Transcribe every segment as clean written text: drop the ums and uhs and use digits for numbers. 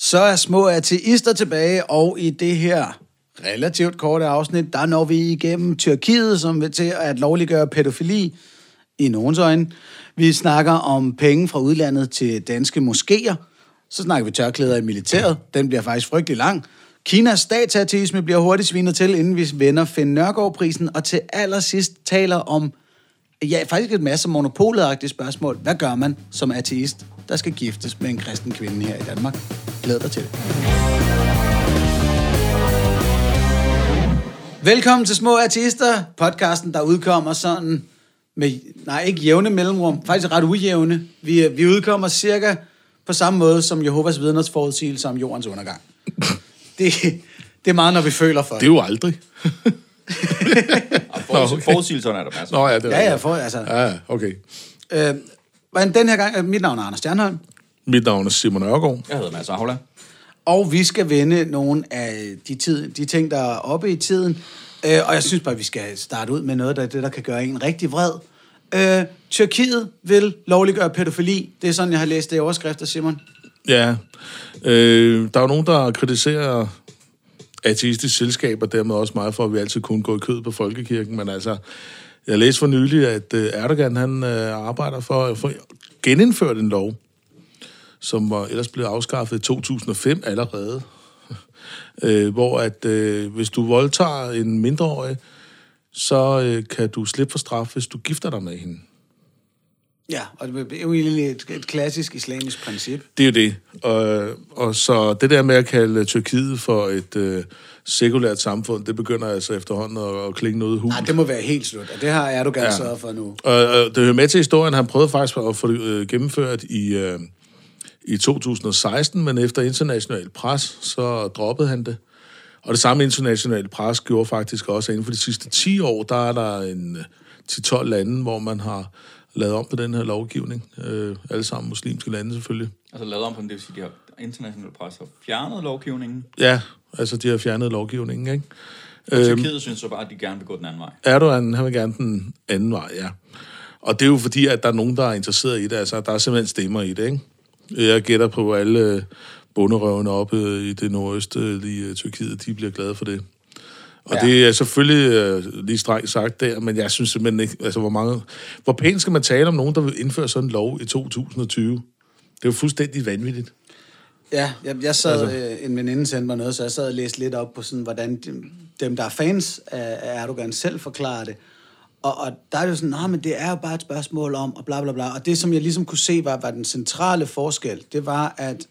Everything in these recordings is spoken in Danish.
Så er små ateister tilbage, og i det her relativt korte afsnit, der når vi igennem Tyrkiet, som vil til at lovliggøre pædofili i nogens øjne. Vi snakker om penge fra udlandet til danske moskéer. Så snakker vi tørklæder i militæret. Den bliver faktisk frygtelig lang. Kinas statsateisme bliver hurtigt svinet til, inden vi vender Finn Nørgaard-prisen. Og til allersidst taler om, ja, faktisk et masse monopolet-agtige spørgsmål. Hvad gør man som ateist, der skal giftes med en kristen kvinde her i Danmark? Glæd dig til det. Velkommen til Små Ateister, podcasten, der udkommer sådan med, ikke jævne mellemrum, faktisk ret ujævne. Vi udkommer cirka på samme måde som Jehovas vidners forudsigelse om jordens undergang. Det er meget, når vi føler for det. Det er jo aldrig. Forudsigelserne er der masser. Nå ja, det er Ja, okay. Men den her gang, mit navn er Anders Stjernholm. Mit navn er Simon Nørgaard. Jeg hedder Mads Aula. Og vi skal vende nogle af de ting, der er oppe i tiden. Og jeg synes bare, vi skal starte ud med noget, der kan gøre en rigtig vred. Tyrkiet vil lovliggøre pædofili. Det er sådan, jeg har læst det i overskrifter, Simon. Ja. Der er jo nogen, der kritiserer ateistisk selskab, og dermed også meget for, at vi altid kunne gå i kød på folkekirken. Men altså, jeg læste for nylig, at Erdogan, han arbejder for at få genindført en lov, som ellers blev afskaffet i 2005 allerede. Hvor at hvis du voldtager en mindreårig, så kan du slippe for straf, hvis du gifter dig med hende. Ja, og det er jo egentlig et klassisk islamisk princip. Det er jo det. Og så det der med at kalde Tyrkiet for et sekulært samfund, det begynder altså efterhånden at klinge noget hul. Nej, det må være helt slut, og det har Erdogan sørget for nu. Og det hører med til historien, han prøvede faktisk at få det gennemført i 2016, men efter international pres, så droppede han det. Og det samme internationale pres gjorde faktisk også, at inden for de sidste 10 år, der er der en 10-12 lande, hvor man har lavet om på den her lovgivning. Alle sammen muslimske lande selvfølgelig. Altså lavet om på den, det vil sige, de har internationale pres har fjernet lovgivningen? Ja, altså de har fjernet lovgivningen, ikke? Og Tyrkiet synes så bare, at de gerne vil gå den anden vej. Erdogan, han vil gerne den anden vej, ja. Og det er jo fordi, at der er nogen, der er interesseret i det. Altså, der er simpelthen stemmer i det, ikke? Jeg gætter på, at alle bunderøvene oppe i det nordøstlige Tyrkiet, de bliver glade for det. Og det er selvfølgelig lige strengt sagt der, men jeg synes simpelthen ikke, altså hvor pænt skal man tale om nogen, der vil indføre sådan en lov i 2020? Det er jo fuldstændig vanvittigt. Ja, jeg sad, en veninde sendte mig noget, så jeg sad og læste lidt op på sådan, hvordan dem, der er fans af Erdogan, selv forklarer det. Og der er jo sådan, men det er jo bare et spørgsmål om, og bla bla bla. Og det, som jeg ligesom kunne se, var den centrale forskel, det var, at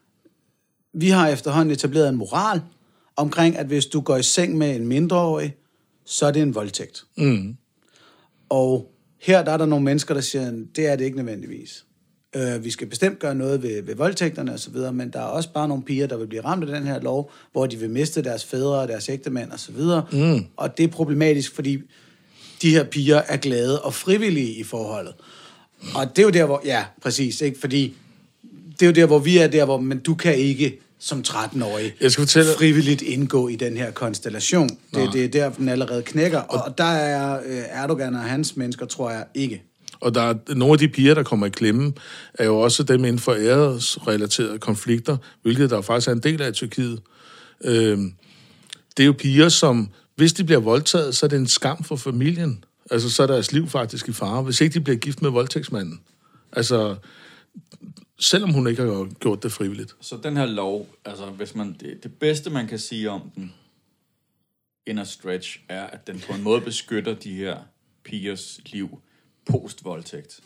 vi har efterhånden etableret en moral omkring, at hvis du går i seng med en mindreårig, så er det en voldtægt. Mm. Og her der er der nogle mennesker, der siger, det er det ikke nødvendigvis. Vi skal bestemt gøre noget ved voldtægterne og så videre, men der er også bare nogle piger, der vil blive ramt af den her lov, hvor de vil miste deres fædre og deres ægtemænd og så videre. Mm. Og det er problematisk, fordi de her piger er glade og frivillige i forholdet. Og det er jo der, hvor, ja, præcis, ikke? Fordi det er jo der, hvor vi er der, hvor, men du kan ikke som 13-årig frivilligt indgå i den her konstellation. Det er der, den allerede knækker. Og der er Erdogan og hans mennesker, tror jeg, ikke. Og der er nogle af de piger, der kommer i klemme, er jo også dem inden for æresrelaterede konflikter, hvilket der faktisk er en del af i Tyrkiet. Det er jo piger, som, hvis de bliver voldtaget, så er det en skam for familien. Altså, så er deres liv faktisk i fare, hvis ikke de bliver gift med voldtægtsmanden. Altså, selvom hun ikke har gjort det frivilligt. Så den her lov, altså, hvis man, det bedste, man kan sige om den, in a stretch, er, at den på en måde beskytter de her pigers liv post-voldtægt.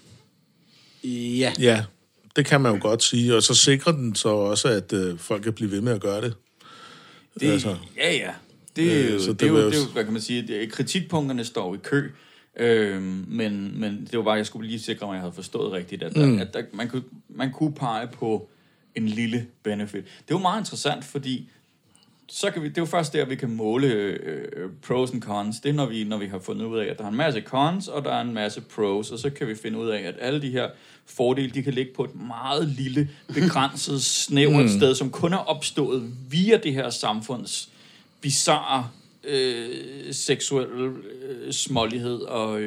Ja. Ja, det kan man jo godt sige. Og så sikrer den så også, at folk kan blive ved med at gøre det. Altså. Ja. Det er jo, hvad kan man sige, kritikpunkterne står i kø, men det var bare, jeg skulle lige sikre mig, at jeg havde forstået rigtigt, at man kunne pege på en lille benefit. Det er jo meget interessant, fordi så kan det er jo først der, vi kan måle pros and cons. Det er, når vi har fundet ud af, at der er en masse cons, og der er en masse pros, og så kan vi finde ud af, at alle de her fordele, de kan ligge på et meget lille, begrænset, snævert sted, som kun er opstået via det her samfunds bizarre seksuel smålighed, og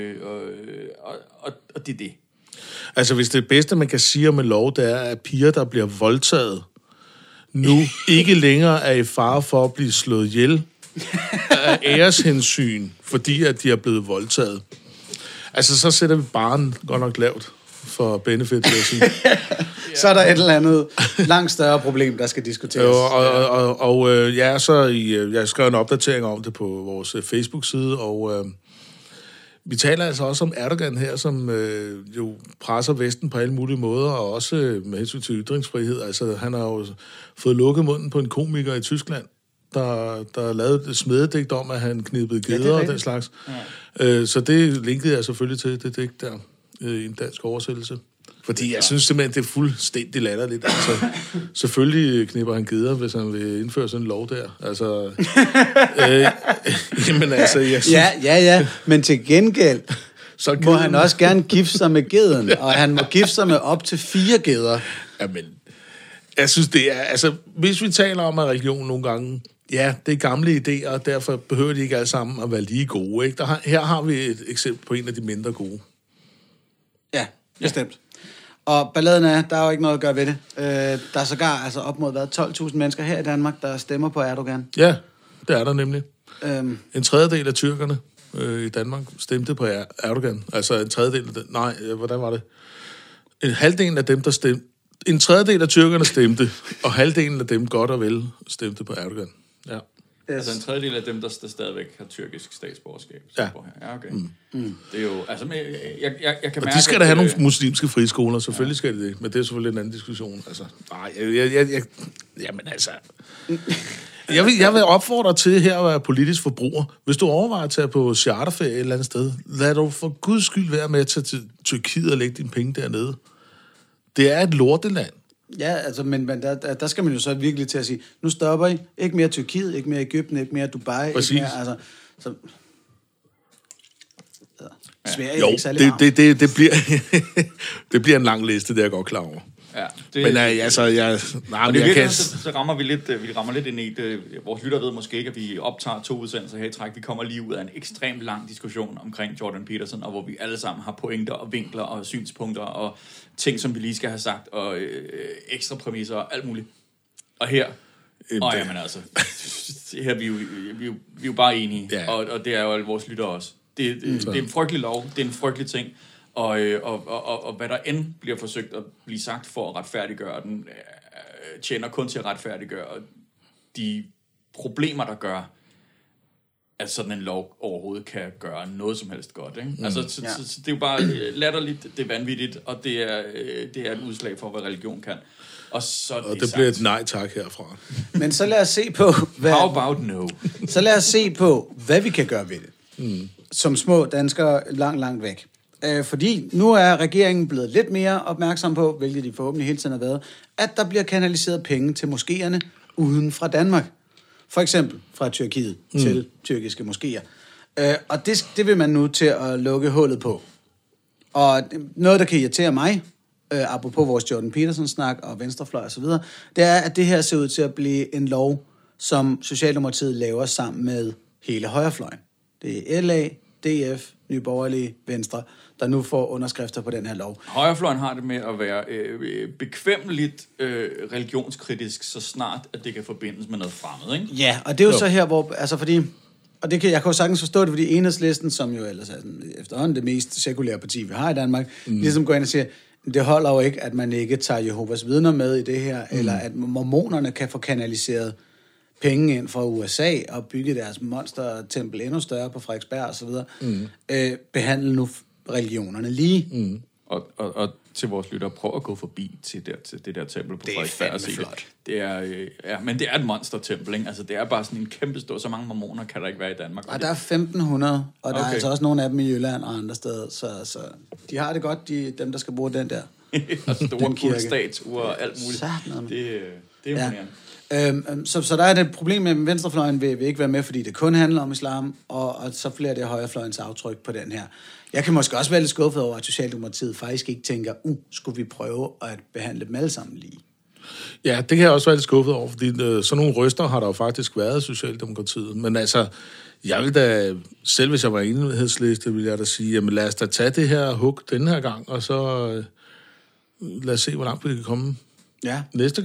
det er det. Altså, hvis det bedste, man kan sige om en lov, det er, at piger, der bliver voldtaget, nu ikke længere er i fare for at blive slået ihjel af æreshensyn, fordi at de er blevet voldtaget. Altså, så sætter vi barren godt nok lavt for benefit, vil jeg sige. Så er der et eller andet langt større problem, der skal diskuteres. Jeg skrev en opdatering om det på vores Facebook-side, og vi taler altså også om Erdogan her, som jo presser Vesten på alle mulige måder, og også med hensyn til ytringsfrihed. Altså, han har jo fået lukket munden på en komiker i Tyskland, der lavede et smededigt om, at han knippede geder og den slags. Ja. Så det linkede jeg selvfølgelig til, det digt der, i en dansk oversættelse. Fordi jeg synes simpelthen, det er fuldstændig latterligt. Altså, selvfølgelig knipper han geder, hvis han vil indføre sådan en lov der. Altså, jamen altså, jeg synes... Ja, men til gengæld så må han også gerne gifte sig med geden, og han må gifte sig med op til 4 geder. Jamen, jeg synes, det er... Altså, hvis vi taler om, at religion nogle gange... Ja, det er gamle idéer, og derfor behøver de ikke alle sammen at være lige gode, ikke? Her har vi et eksempel på en af de mindre gode. Ja, bestemt. Og balladen er, der er jo ikke noget at gøre ved det. Der er sågar altså op mod 12.000 mennesker her i Danmark, der stemmer på Erdogan. Ja, det er der nemlig. En tredjedel af tyrkerne i Danmark stemte på Erdogan. Altså en tredjedel af dem... Nej, hvordan var det? En tredjedel af tyrkerne stemte, og halvdelen af dem godt og vel stemte på Erdogan. Ja. Altså en tredjedel af dem, der stadigvæk har tyrkisk statsborgerskab. Ja. Ja, okay. Det er jo... Altså, jeg kan mærke... Og de skal da have nogle muslimske friskoler, selvfølgelig skal de det, men det er selvfølgelig en anden diskussion. Altså, jamen altså... Jeg vil opfordre til her at være politisk forbruger. Hvis du overvejer at tage på charterferie et eller andet sted, lad du for guds skyld være med at tage til Tyrkiet og lægge dine penge dernede. Det er et lorteland. Ja, altså, men der skal man jo så virkelig til at sige, nu stopper I. Ikke mere Tyrkiet, ikke mere Egypten, ikke mere Dubai. Præcis. Ikke mere, altså, så... Sverige jo, ikke særlig det bliver en lang liste, det er jeg godt klar over. Ja, men altså, så rammer vi rammer lidt ind i det. Vores lytter ved måske ikke, at vi optager 2 udsendelser her i træk. Vi kommer lige ud af en ekstremt lang diskussion omkring Jordan Peterson, og hvor vi alle sammen har pointer og vinkler og synspunkter og ting, som vi lige skal have sagt, og ekstra præmisser og alt muligt. Og her, jamen altså, her vi er jo bare enige, ja. Og det er jo alle vores lytter også. Det er en frygtelig lov, det er en frygtelig ting. Og hvad der end bliver forsøgt at blive sagt for at retfærdiggøre den, tjener kun til at retfærdiggøre de problemer, der gør, at sådan en lov overhovedet kan gøre noget som helst godt. Ikke? Altså, så det er jo bare latterligt, det er vanvittigt, og det er et udslag for, hvad religion kan. Og det bliver et nej tak herfra. Men så lad os se på... How about no? Så lad os se på, hvad vi kan gøre ved det. Som små danskere langt væk. Fordi nu er regeringen blevet lidt mere opmærksom på, hvilket de forhåbentlig hele tiden har været, at der bliver kanaliseret penge til moskéerne uden fra Danmark. For eksempel fra Tyrkiet til tyrkiske moskéer. Og det vil man nu til at lukke hullet på. Og noget, der kan irritere mig, apropos vores Jordan Peterson-snak og venstrefløj osv., det er, at det her ser ud til at blive en lov, som Socialdemokratiet laver sammen med hele højrefløjen. Det er LA, DF, Nye Borgerlige, Venstre, der nu får underskrifter på den her lov. Højrefløjen har det med at være bekvemmeligt religionskritisk, så snart at det kan forbindes med noget fremmed, ikke? Ja, og det er jo så her, hvor... Altså fordi... Og jeg kan jo sagtens forstå det, fordi Enhedslisten, som jo ellers er efterhånden det mest sekulære parti, vi har i Danmark, ligesom går ind og siger, det holder jo ikke, at man ikke tager Jehovas vidner med i det her, eller at mormonerne kan få kanaliseret penge ind fra USA og bygge deres monstertempel endnu større på Frederiksberg og så videre. Behandle nu religionerne lige. Og til vores lyttere, prøv at gå forbi til det der tempel på Frederiksberg og se det. Det er, men det er et monstertempel, ikke? Altså, det er bare sådan en kæmpe stor, så mange mormoner kan der ikke være i Danmark. Og der er 1.500, og der er altså også nogle af dem i Jylland og andre steder, så de har det godt, dem der skal bruge den der. Og store guldstatuer og alt muligt. Det er imponerende. Så der er det problem med, at venstrefløjen vil ikke være med, fordi det kun handler om islam, og så flere det højrefløjens aftryk på den her. Jeg kan måske også være lidt skuffet over, at Socialdemokratiet faktisk ikke tænker, skulle vi prøve at behandle dem alle sammen lige? Ja, det kan jeg også være lidt skuffet over, fordi sådan nogle røster har der jo faktisk været i Socialdemokratiet. Men altså, jeg vil da, selv hvis jeg var enhedsliste, vil jeg da sige, jamen lad os da tage det her hug den her gang, og så lad os se, hvor langt vi kan komme næste gang.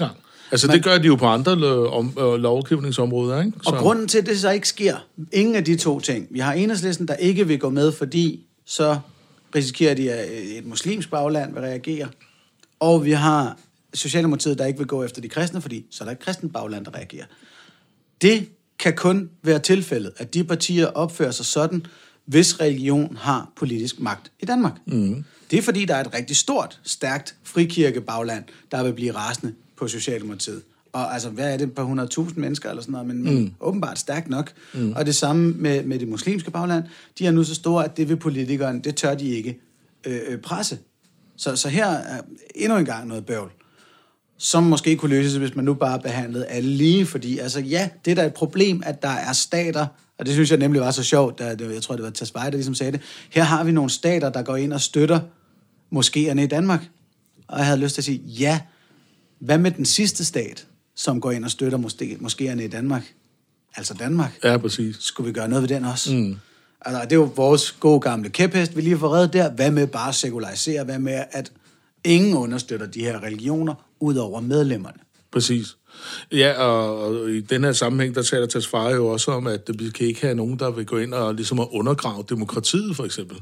Altså, det gør de jo på andre lovgivningsområder, ikke? Og grunden til, at det så ikke sker, ingen af de to ting. Vi har Enhedslisten, der ikke vil gå med, fordi så risikerer de, at et muslimsk bagland vil reagere. Og vi har Socialdemokratiet, der ikke vil gå efter de kristne, fordi så er der et kristent bagland, der reagerer. Det kan kun være tilfældet, at de partier opfører sig sådan, hvis religion har politisk magt i Danmark. Mm. Det er fordi, der er et rigtig stort, stærkt frikirkebagland, der vil blive rasende på Socialdemokratiet. Og altså, hvad er det, på 100.000 mennesker eller sådan noget, men åbenbart stærkt nok. Mm. Og det samme med det muslimske bagland. De er nu så store, at det vil politikerne, det tør de ikke presse. Så her er endnu en gang noget bøvl, som måske kunne løses, hvis man nu bare behandlede alle lige. Fordi altså, ja, det er da et problem, at der er stater, og det synes jeg nemlig var så sjovt, jeg tror, det var Tesfaye, der ligesom sagde det. Her har vi nogle stater, der går ind og støtter moskéerne i Danmark. Og jeg havde lyst til at sige, ja, hvad med den sidste stat, som går ind og støtter moskéerne i Danmark? Altså Danmark. Ja, præcis. Skulle vi gøre noget ved den også? Mm. Altså, det er jo vores gode gamle kæphest, vi lige får reddet der. Hvad med bare at sekularisere? Hvad med, at ingen understøtter de her religioner, ud over medlemmerne? Præcis. Ja, og i den her sammenhæng, der taler Tesfaye jo også om, at vi kan ikke have nogen, der vil gå ind og ligesom at undergrave demokratiet, for eksempel.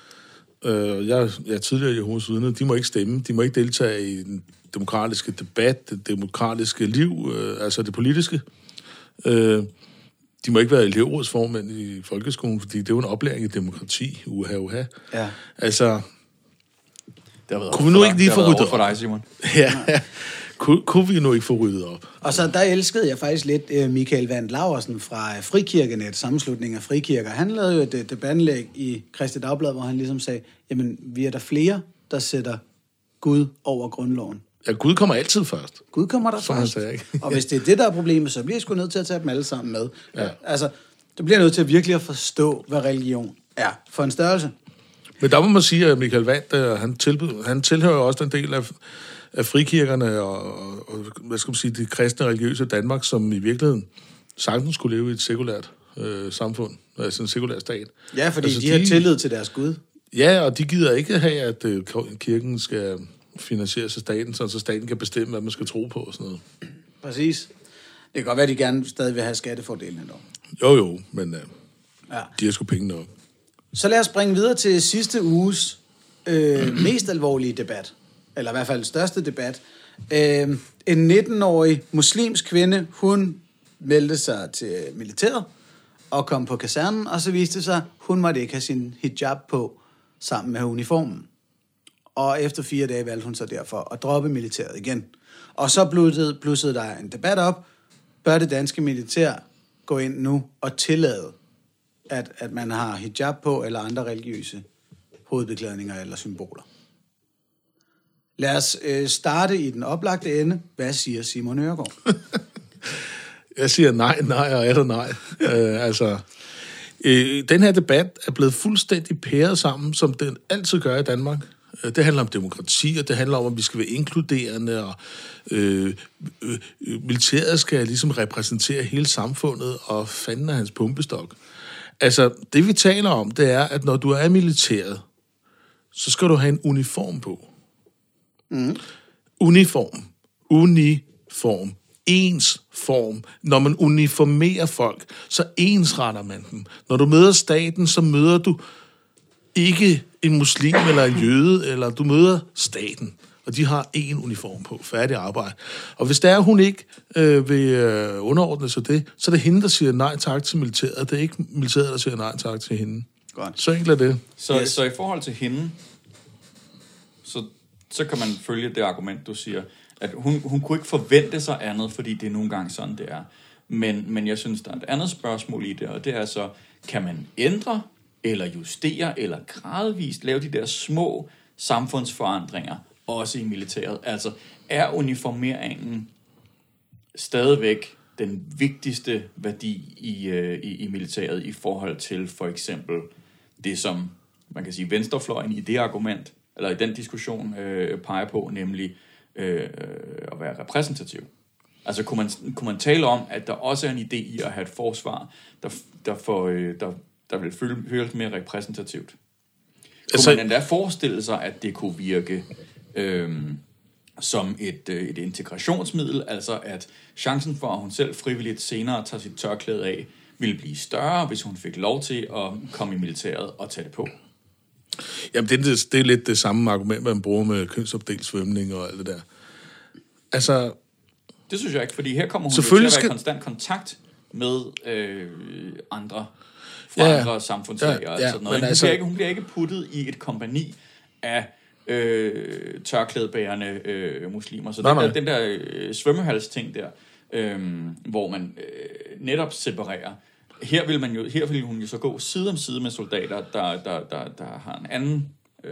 Jeg er tidligere Jehovas vidner, de må ikke stemme, de må ikke deltage i den demokratiske debat, det demokratiske liv, altså det politiske. De må ikke være elevrådsformænd i folkeskolen, fordi det er jo en oplæring i demokrati, uha. Ja. Altså, kunne vi nu ikke lige få ryddet op? For dig, Simon. Ja, kunne vi nu ikke få ryddet op? Og så der elskede jeg faktisk lidt Michael Vandt Laursen fra Frikirkenet, sammenslutningen af frikirker. Han lavede jo et debatindlæg i Kristi Dagblad, hvor han ligesom sagde, jamen, vi er der flere, der sætter Gud over grundloven. Ja, Gud kommer altid først. Gud kommer der først. Og hvis det er det, der er problemet, så bliver jeg sgu nødt til at tage dem alle sammen med. Ja. Altså, du bliver nødt til at virkelig at forstå, hvad religion er for en størrelse. Men der må man sige, at Michael Vandt, han tilhører jo også den del af frikirkerne og hvad skal man sige, de kristne religiøse Danmark, som i virkeligheden sagtens skulle leve i et sekulært samfund, altså en sekulær stat. Ja, fordi altså, de har tillid til deres Gud. Ja, og de gider ikke have, at kirken skal finansieres af staten, så staten kan bestemme, hvad man skal tro på og sådan noget. Præcis. Det kan godt være, at de gerne stadig vil have skattefordelene dog. Jo, men de har sgu penge nok. Så lad os springe videre til sidste uges mest alvorlige debat, eller i hvert fald største debat. En 19-årig muslimsk kvinde, hun meldte sig til militæret og kom på kasernen, og så viste det sig, hun måtte ikke have sin hijab på sammen med uniformen. Og efter 4 dage valgte hun så derfor at droppe militæret igen. Og så blussede der en debat op. Bør det danske militær gå ind nu og tillade, at man har hijab på eller andre religiøse hovedbeklædninger eller symboler? Lad os starte i den oplagte ende. Hvad siger Simon Øregaard? Jeg siger nej og er der nej. Den her debat er blevet fuldstændig pæret sammen, som den altid gør i Danmark. Det handler om demokrati, og det handler om, at vi skal være inkluderende, og militæret skal ligesom repræsentere hele samfundet, og fanden er hans pumpestok. Altså, det vi taler om, det er, at når du er militæret, så skal du have en uniform på. Mm. Uniform. Ens form. Når man uniformerer folk, så ensretter man dem. Når du møder staten, så møder du ikke en muslim eller en jøde, eller du møder staten, og de har én uniform på, færdig arbejde. Og hvis der er, hun ikke vil underordne sig det, så er det hende, der siger nej tak til militæret. Det er ikke militæret, der siger nej tak til hende. Godt. Så enkelt er det. Så i forhold til hende, så kan man følge det argument, du siger, at hun kunne ikke forvente sig andet, fordi det er nogle gange sådan, det er. Men jeg synes, der er et andet spørgsmål i det, og det er så, kan man ændre, eller justere, eller gradvist lave de der små samfundsforandringer, også i militæret? Altså, er uniformeringen stadigvæk den vigtigste værdi i militæret i forhold til for eksempel det, som man kan sige venstrefløjen i det argument, eller i den diskussion peger på, nemlig at være repræsentativ? Altså kunne man tale om, at der også er en idé i at have et forsvar, der vil føles mere repræsentativt? Kunne man endda forestille sig, at det kunne virke som et integrationsmiddel, altså at chancen for, at hun selv frivilligt senere tager sit tørklæde af, ville blive større, hvis hun fik lov til at komme i militæret og tage det på. Jamen, det er lidt det samme argument, man bruger med kønsopdelt svømning og alt det der. Altså... Det synes jeg ikke, fordi her kommer hun til at være i konstant kontakt med andre fra andre samfundslag og sådan noget. Hun bliver ikke puttet i et kompagni af tørklædebærende muslimer. Så den der svømmehalsting der, hvor man netop separerer. Her vil hun jo så gå side om side med soldater, der har en anden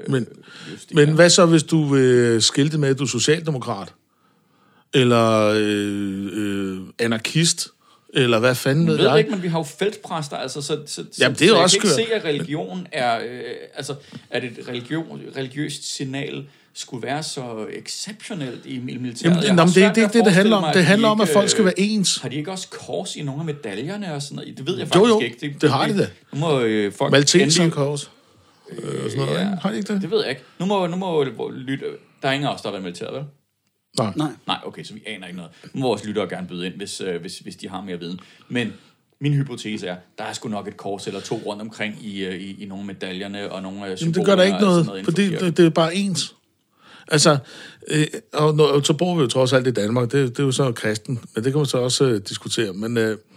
men hvad så, hvis du vil skilte med, at du er socialdemokrat? Eller anarkist? Eller hvad fanden ved jeg? Ikke, men vi har jo feltpræster, altså, så jamen, det er så også jeg kan ikke se, at religion er, at et religiøst signal skulle være så exceptionelt i militæret. Jamen, det er ikke det handler om. Det handler om, at folk skal være ens. Har de ikke også kors i nogle af medaljerne og sådan noget? Det ved jeg faktisk ikke. Det har de da. Nu må folk Malteserkors. Har de ikke det? Det ved jeg ikke. Nu må lytte. Der er ingen af os, der har været militæret, vel? Nej, okay, så vi aner ikke noget. Nu må vores lyttere gerne byde ind, hvis de har mere viden. Men min hypotese er, der er sgu nok et kors eller to rundt omkring i nogle medaljerne og nogle symboler. Det gør der ikke noget, fordi det er bare ens. Altså, og så bor vi jo trods alt i Danmark, det er jo så kristen, men det kan man så også diskutere. Men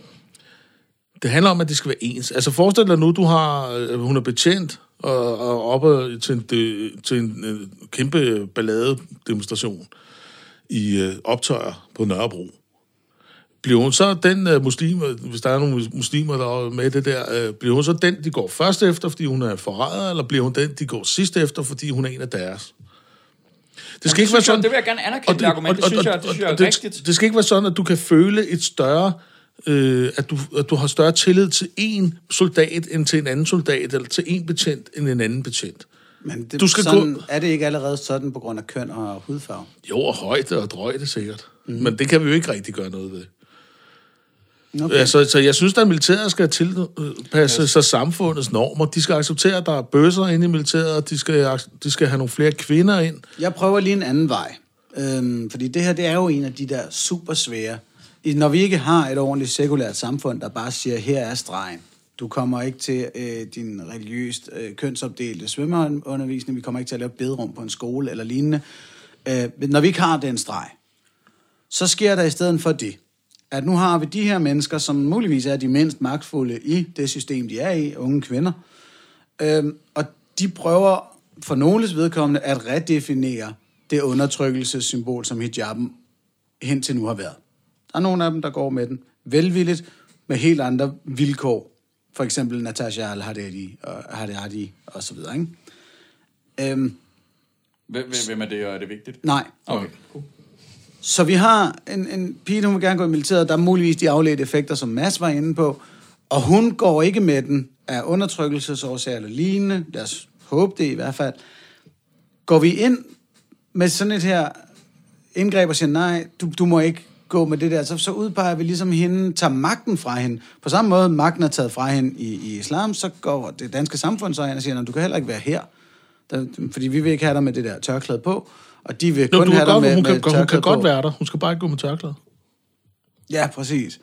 det handler om, at det skal være ens. Altså, forestil dig nu, hun er betjent og oppe til en kæmpe balladedemonstration i optøjer på Nørrebro. Bliver hun så den muslim, hvis der er nogle muslimer, der er med det der, bliver hun så den, de går først efter, fordi hun er forræder, eller bliver hun den, de går sidst efter, fordi hun er en af deres? Det skal ikke være sådan. Det vil jeg gerne anerkende, det argument. Det synes jeg er rigtigt. Det skal ikke være sådan, at du kan føle et større, at du har større tillid til en soldat end til en anden soldat, eller til en betjent end en anden betjent. Men er det ikke allerede sådan på grund af køn og hudfarve? Jo, og højde og drøjde sikkert. Men det kan vi jo ikke rigtig gøre noget ved. Okay. Så jeg synes, at militæret skal tilpasse sig samfundets normer. De skal acceptere, at der er bøsser inde i militæret, og de skal have nogle flere kvinder ind. Jeg prøver lige en anden vej. Fordi det her, det er jo en af de der super svære. Når vi ikke har et ordentligt sekulært samfund, der bare siger, her er stregen. Du kommer ikke til din religiøst kønsopdelte svømmeundervisning. Vi kommer ikke til at lave bederum på en skole eller lignende. Når vi ikke har den streg, så sker der i stedet for det, at nu har vi de her mennesker, som muligvis er de mindst magtfulde i det system, de er i, unge kvinder. Og de prøver for nogles vedkommende at redefinere det undertrykkelsessymbol, som hijaben hen til nu har været. Der er nogle af dem, der går med den velvilligt, med helt andre vilkår. For eksempel Natasha al-Haddadi og så videre, ikke? Hvem er det, og er det vigtigt? Nej. Okay, cool. Så vi har en pige, hun vil gerne gå i militæret. Der er muligvis de afledte effekter, som Mads var inde på. Og hun går ikke med den af undertrykkelsesårsager eller lignende. Lad os håbe det i hvert fald. Går vi ind med sådan et her indgreb og siger, nej, du må ikke gå med det der, så udpeger vi ligesom hende, tager magten fra hende. På samme måde, magten er taget fra hende i islam, så går det danske samfund så hen og siger, du kan heller ikke være her. Fordi vi vil ikke have dig med det der tørklæde på, og de vil kun have dig med tørklæde på. Hun kan godt være der, hun skal bare ikke gå med tørklæde. Ja, præcis.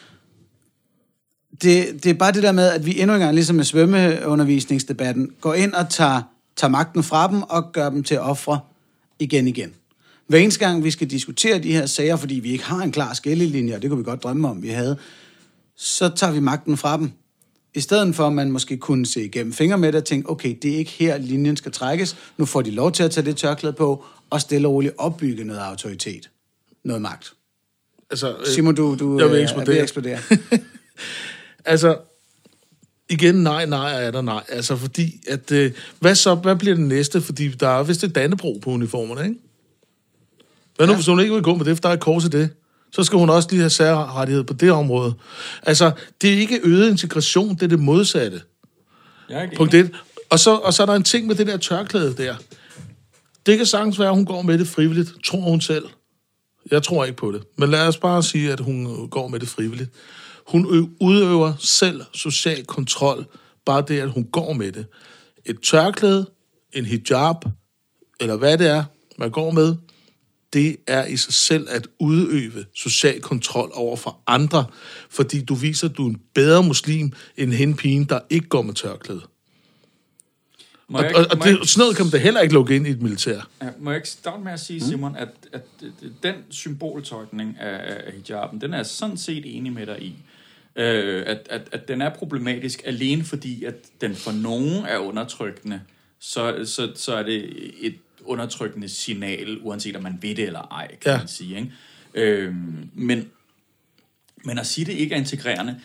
Det er bare det der med, at vi endnu engang, ligesom med svømmeundervisningsdebatten, går ind og tager magten fra dem og gør dem til ofre igen. Hver eneste gang, vi skal diskutere de her sager, fordi vi ikke har en klar skillelinje, og det kunne vi godt drømme om, vi havde, så tager vi magten fra dem. I stedet for, at man måske kunne se igennem fingre med det og tænke, okay, det er ikke her, linjen skal trækkes. Nu får de lov til at tage det tørklæde på, og stille og roligt opbygge noget autoritet. Noget magt. Altså, Simon, du jeg vil er ved at eksplodere. Altså, igen, nej, er der nej. Altså, fordi, at, hvad bliver det næste? Fordi der er vist et Dannebrog på uniformerne, ikke? Hvad nu, hvis hun ikke vil gå med det, for der er et kors i det? Så skal hun også lige have særrettighed på det område. Altså, det er ikke øget integration, det er det modsatte. Punkt 1. Og så er der en ting med det der tørklæde der. Det kan sagtens være, at hun går med det frivilligt, tror hun selv. Jeg tror ikke på det. Men lad os bare sige, at hun går med det frivilligt. Hun udøver selv social kontrol, bare det, at hun går med det. Et tørklæde, en hijab, eller hvad det er, man går med, det er i sig selv at udøve social kontrol over for andre, fordi du viser, at du er en bedre muslim end hende pigen, der ikke går med tørklæde. Sådan noget kan man da heller ikke lukke ind i et militær. Ja, må jeg ikke starte med at sige, Simon, at den symboltolkning af hijaben, den er jeg sådan set enig med dig i. At den er problematisk alene fordi, at den for nogen er undertrykkende, så er det et undertrykkende signal, uanset om man ved det eller ej, kan man sige. Ikke? Men at sige, det ikke er integrerende,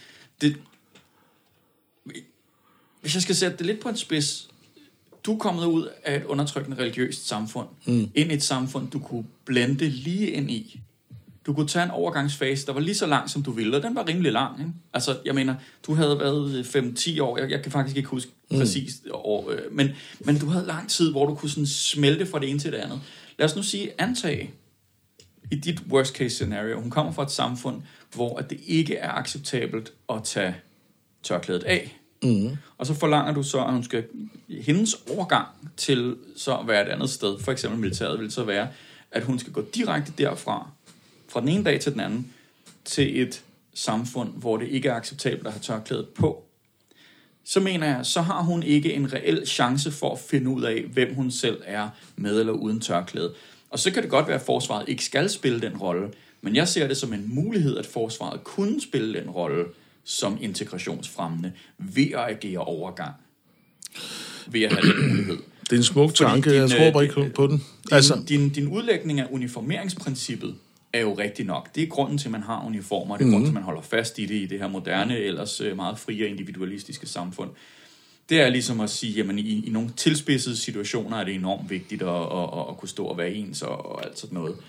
hvis jeg skal sætte det lidt på en spids, du er kommet ud af et undertrykkende religiøst samfund, ind i et samfund, du kunne blende lige ind i. Du kunne tage en overgangsfase, der var lige så lang, som du ville, og den var rimelig lang. Ikke? Altså, jeg mener, du havde været 5-10 år, jeg kan faktisk ikke huske præcis år, men du havde lang tid, hvor du kunne sådan smelte fra det ene til det andet. Lad os nu sige, antage, i dit worst case scenario, hun kommer fra et samfund, hvor det ikke er acceptabelt at tage tørklædet af. Og så forlanger du så, at hendes overgang til så at være et andet sted, for eksempel militæret, vil så være, at hun skal gå direkte derfra, fra den ene dag til den anden, til et samfund, hvor det ikke er acceptabelt at have tørklædet på. Så mener jeg, så har hun ikke en reel chance for at finde ud af, hvem hun selv er, med eller uden tørklæde. Og så kan det godt være, at forsvaret ikke skal spille den rolle, men jeg ser det som en mulighed, at forsvaret kunne spille den rolle som integrationsfremmende ved at agere overgang. Ved at have den mulighed. Det er en smuk tanke, jeg tror bare ikke på den. Din udlægning af uniformeringsprincippet er jo rigtig nok. Det er grunden til, at man har uniformer. Det er grunden til, at man holder fast i det her moderne, ellers meget frie og individualistiske samfund. Det er ligesom at sige, jamen i nogle tilspidsede situationer er det enormt vigtigt at kunne stå og være ens og alt sådan noget.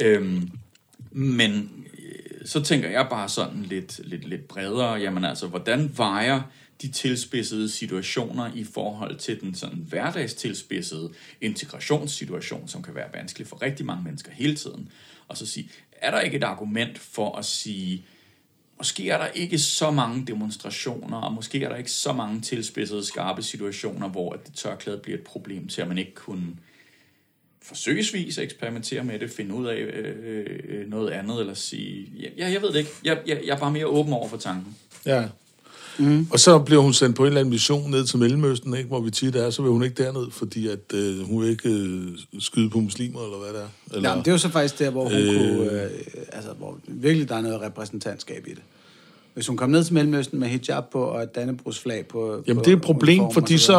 Men så tænker jeg bare sådan lidt bredere, jamen altså, hvordan vejer de tilspidsede situationer i forhold til den sådan hverdagstilspidsede integrationssituation, som kan være vanskelig for rigtig mange mennesker hele tiden. Og så sige, er der ikke et argument for at sige, måske er der ikke så mange demonstrationer, og måske er der ikke så mange tilspidsede, skarpe situationer, hvor det tørklæde bliver et problem til, at man ikke kunne forsøgsvis eksperimentere med det, finde ud af noget andet, eller sige, jeg ved det ikke. Jeg er bare mere åben over for tanken. Ja. Og så bliver hun sendt på en eller anden mission ned til Mellemøsten, ikke, hvor vi tit er, så vil hun ikke derned, fordi at hun vil ikke skyde på muslimer, eller hvad det er. Eller, jamen, det er jo så faktisk der, hvor hun kunne, hvor virkelig der er noget repræsentantskab i det. Hvis hun kom ned til Mellemøsten med hijab på og et dannebrugsflag på... Jamen, det er et problem, fordi så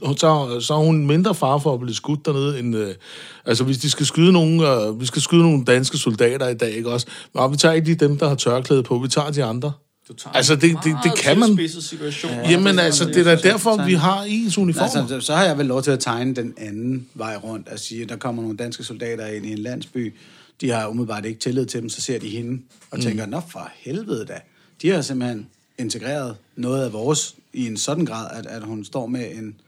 er hun mindre fare for at blive skudt dernede, end... altså, hvis de skal skyde nogle... vi skal skyde nogle danske soldater i dag, ikke også? Men vi tager ikke lige dem, der har tørklæde på, vi tager de andre. Altså, det kan man... Jamen, altså, det er da derfor, vi har ens uniformer. Altså, så har jeg vel lov til at tegne den anden vej rundt og sige, at der kommer nogle danske soldater ind i en landsby, de har umiddelbart ikke tillid til dem, så ser de hende og tænker, nå for helvede da. De har simpelthen integreret noget af vores i en sådan grad, at hun står med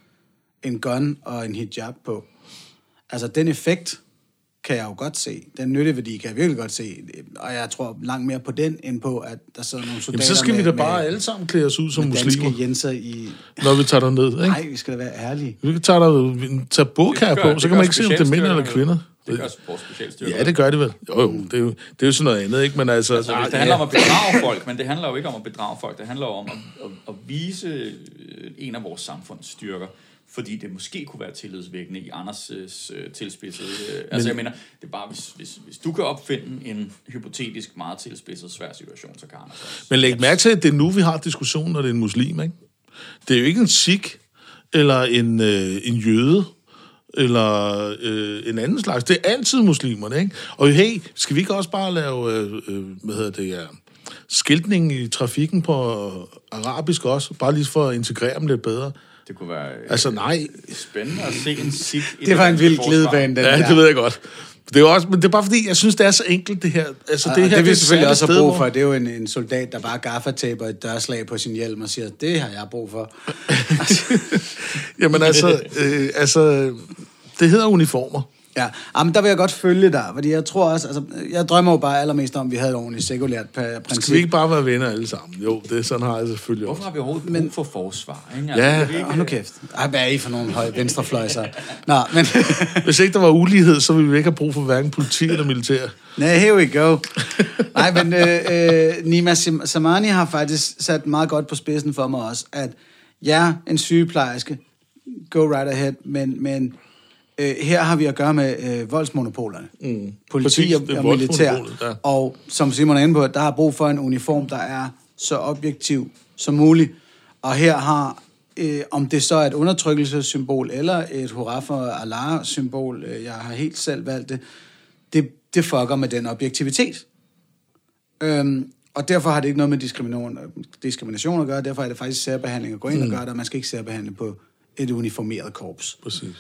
en gun og en hijab på. Altså, den effekt kan jeg jo godt se. Den nytteværdi kan jeg virkelig godt se. Og jeg tror langt mere på den, end på, at der sidder nogle soldater. Jamen, så skal vi da bare alle sammen klæde os ud som muslimer. Danske jenser i... Når vi tager derned, ikke? Nej, vi skal da være ærlige. Vi kan tage burka på, så kan man ikke se, om det er mænd eller kvinder. Det gør vores specialstyrker. Ja, det gør det vel. Jo, det er jo sådan noget andet, ikke? Men altså hvis det handler om at bedrage folk, men det handler jo ikke om at bedrage folk. Det handler jo om at vise en af vores samfundsstyrker, fordi det måske kunne være tillidsvækkende i Anders' tilspidsede... altså, jeg mener, det er bare, hvis du kan opfinde en hypotetisk meget tilspidset svær situation, så kan Anders også. Men læg mærke til, at det er nu, vi har diskussionen, når det er en muslim, ikke? Det er jo ikke en sikh, eller en jøde, eller en anden slags. Det er altid muslimerne, ikke? Og hey, skal vi ikke også bare lave, skiltning i trafikken på arabisk også, bare lige for at integrere dem lidt bedre? Det kunne være spændende at se en sikh. Det var en vild glidebane, den det ved jeg godt. Det er også, men det er bare fordi, jeg synes, det er så enkelt, det her. Altså, det vi selvfølgelig også har brug for, det er jo en soldat, der bare gaffataper et dørslag på sin hjelm og siger, det har jeg brug for. Jamen altså, det hedder uniformer. Ja, men der vil jeg godt følge dig, fordi jeg tror også, altså, jeg drømmer jo bare allermest om, at vi havde et ordentligt sekulært princip. Skal vi ikke bare være venner alle sammen? Jo, det sådan har jeg selvfølgelig. Hvorfor har vi overhovedet brug for forsvar? Ikke? Altså, ja, nu kæft. Hvad er I for nogle høje venstrefløjser? Nå, men... Hvis ikke der var ulighed, så ville vi ikke have brug for hverken politi eller militær. Nej, here we go. Nej, men Nima Samani har faktisk sat meget godt på spidsen for mig også, at en sygeplejerske, go right ahead, men her har vi at gøre med voldsmonopolerne. Politi og militær. Ja. Og som Simon er inde på, der har brug for en uniform, der er så objektiv som muligt. Og her har, om det så er et undertrykkelsessymbol, eller et hurra for Allah-symbol, jeg har helt selv valgt det fucker med den objektivitet. Og derfor har det ikke noget med diskrimination at gøre, derfor er det faktisk særbehandling at gå ind og gøre det, og man skal ikke særbehandle på et uniformeret korps. Præcis.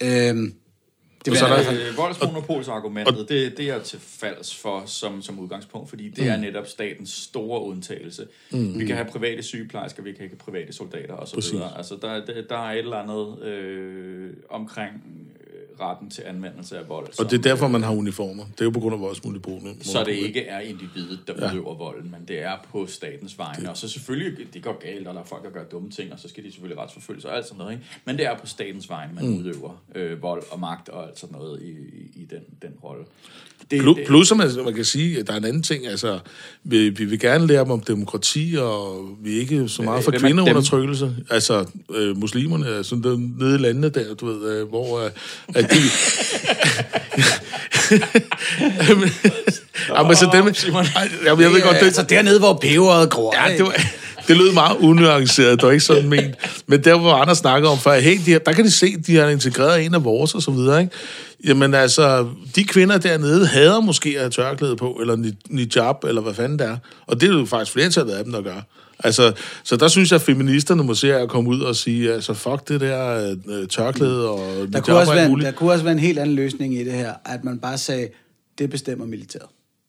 Voldsmonopolsargumentet, det er til falds for som udgangspunkt, fordi det er netop statens store undtagelse. Vi kan have private sygeplejersker, vi kan have private soldater og så videre. Altså der er et eller andet omkring retten til anvendelse af vold. Og det er derfor, man har uniformer. Det er jo på grund af voldsmonopolet. Så det ikke er individet, der udøver volden, men det er på statens vegne. Og så selvfølgelig, det går galt, og der er folk, der gør dumme ting, og så skal de selvfølgelig retsforfølges og alt sådan noget. Ikke? Men det er på statens vegne, man udøver vold og magt og alt sådan noget i den rolle. Plus, man kan sige, at der er en anden ting. Altså, vi vil gerne lære dem om demokrati, og vi er ikke så meget for kvindeundertrykkelse. Altså, muslimerne er sådan nede i landene der, du ved, hvor at de... Jamen, så dem... Jeg ved godt, det... Så dernede, hvor peberet gror. Ja, det lød meget unuanceret, det var ikke sådan ment. Men der, hvor andre snakker om før, hey, der kan de se, de har integreret en af vores, og så videre, ikke? Jamen altså, de kvinder dernede hader måske at have tørklæde på, eller hijab, eller hvad fanden det er. Og det er jo faktisk flertallet af dem, der gør. Altså, så der synes jeg, at feministerne må se at komme ud og sige, altså, fuck det der tørklæde og hijab. Der kunne også være en helt anden løsning i det her, at man bare sagde, det bestemmer militæret.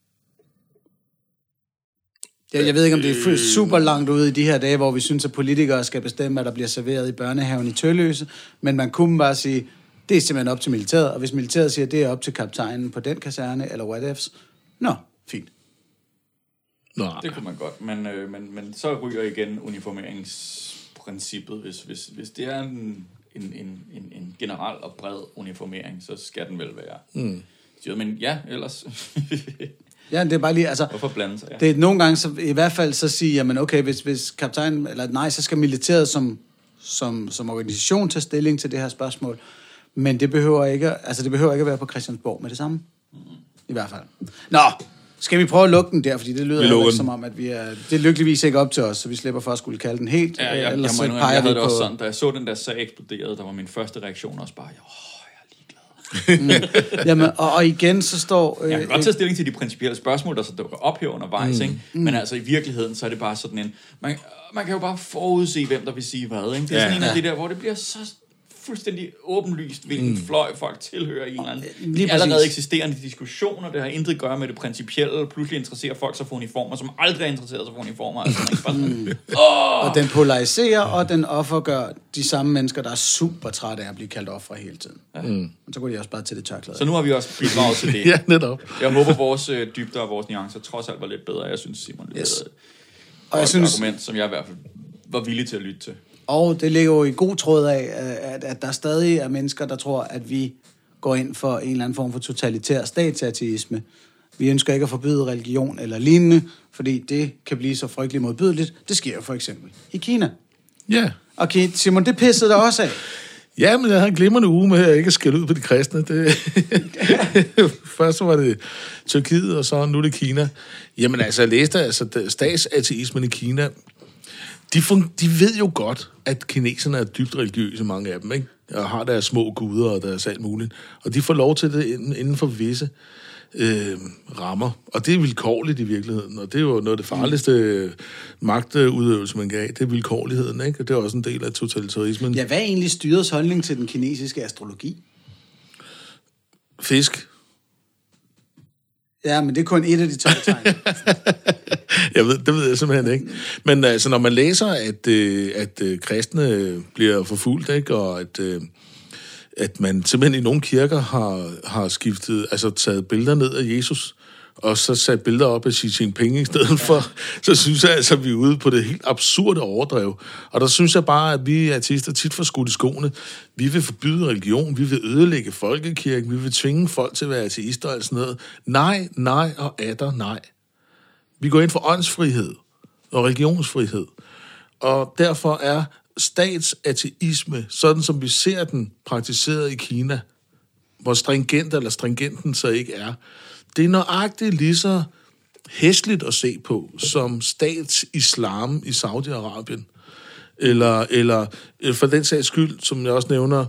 Jeg ved ikke, om det er super langt ude i de her dage, hvor vi synes, at politikere skal bestemme, at der bliver serveret i børnehaven i Tølløse, men man kunne bare sige, det er simpelthen op til militæret, og hvis militæret siger, at det er op til kaptajnen på den kaserne, eller whatevs, fint. Det kunne man godt, men så ryger igen uniformeringsprincippet. Hvis det er en generel og bred uniformering, så skal den vel være styret. Men ellers... Ja, det er bare lige, altså... Hvorfor blande sig? Ja. Det er nogle gange, så, i hvert fald, så siger jamen okay, hvis kaptajnen, eller nej, så skal militæret som organisation tage stilling til det her spørgsmål. Men det behøver ikke at være på Christiansborg med det samme. I hvert fald. Nå, skal vi prøve at lukke den der, fordi det lyder ikke som om, at vi er... Det er lykkeligvis ikke op til os, så vi slipper for at skulle kalde den helt. Ja, jeg havde det også sådan, da jeg så den der sag eksploderede, der var min første reaktion også bare, Jamen, og igen så står... jeg kan godt tage stilling til de principielle spørgsmål, der så dukker op her undervejs, ikke? Men altså i virkeligheden, så er det bare sådan en... Man kan jo bare forudse, hvem der vil sige hvad, ikke? Det er sådan en af de der, hvor det bliver så fuldstændig åbenlyst, hvilken fløj folk tilhører i en eller anden allerede eksisterende diskussioner. Det har intet at gøre med det principielle. Pludselig interesserer folk sig for uniformer, som aldrig har interesseret sig for uniformer. Altså, Og den polariserer, og den offergør de samme mennesker, der er super trætte af at blive kaldt ofre hele tiden. Ja. Og så går de også bare til det tørklæde. Så nu har vi også bidraget til det. Ja, netop. Jeg håber, vores dybder og vores nuancer trods alt var lidt bedre. Jeg synes, Simon leverede og jeg synes, et argument, som jeg i hvert fald var villig til at lytte til. Og det ligger jo i god tråd af, at der stadig er mennesker, der tror, at vi går ind for en eller anden form for totalitær statsateisme. Vi ønsker ikke at forbyde religion eller lignende, fordi det kan blive så frygteligt modbydeligt. Det sker jo for eksempel i Kina. Ja. Okay, Simon, det pissede der også af. Ja, men jeg havde en glimrende uge med at ikke skælde ud på de kristne. Først var det Tyrkiet, og så nu er det Kina. Jamen altså, jeg læste statsateismen i Kina. De ved jo godt, at kineserne er dybt religiøse, mange af dem, ikke? Og har deres små guder og deres alt muligt. Og de får lov til det inden for visse rammer. Og det er vilkårligt i virkeligheden. Og det er jo noget af det farligste magtudøvelse, man kan have. Det er vilkårligheden, ikke? Og det er også en del af totalitarismen. Ja, hvad er egentlig styrets holdning til den kinesiske astrologi? Fisk. Ja, men det er kun et af de 12 tegn. Det ved jeg simpelthen ikke. Men altså, når man læser, at kristne bliver forfulgt, ikke, og at man simpelthen i nogle kirker har skiftet, altså taget billeder ned af Jesus, og så sat billeder op af Xi Jinping i stedet for, så synes jeg altså, at vi er ude på det helt absurde overdrev. Og der synes jeg bare, at vi ateister tit får skudt i skoene. Vi vil forbyde religion, vi vil ødelægge folkekirken, vi vil tvinge folk til at være ateister og sådan noget. Nej og atter nej. Vi går ind for åndsfrihed og religionsfrihed. Og derfor er statsateisme, sådan som vi ser den praktiseret i Kina, hvor stringent eller stringenten så ikke er, det er nøjagtigt lige så hæsligt at se på, som statsislam i Saudi-Arabien. Eller for den sags skyld, som jeg også nævner,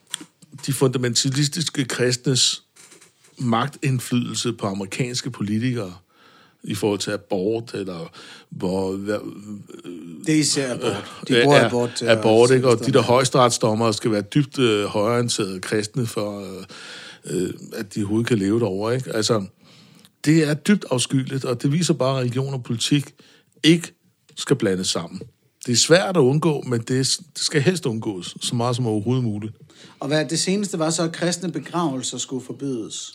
de fundamentalistiske kristnes magtindflydelse på amerikanske politikere i forhold til abort, eller hvor... Det er især abort. De bruger abort til abort, ikke? Og de der højesteretsdommere skal være dybt højreorienterede kristne, for at de overhovedet kan leve derovre, ikke? Altså, det er dybt afskyeligt, og det viser bare, at religion og politik ikke skal blandes sammen. Det er svært at undgå, men det skal helst undgås, så meget som overhovedet muligt. Og hvad det seneste var så, at kristne begravelser skulle forbydes.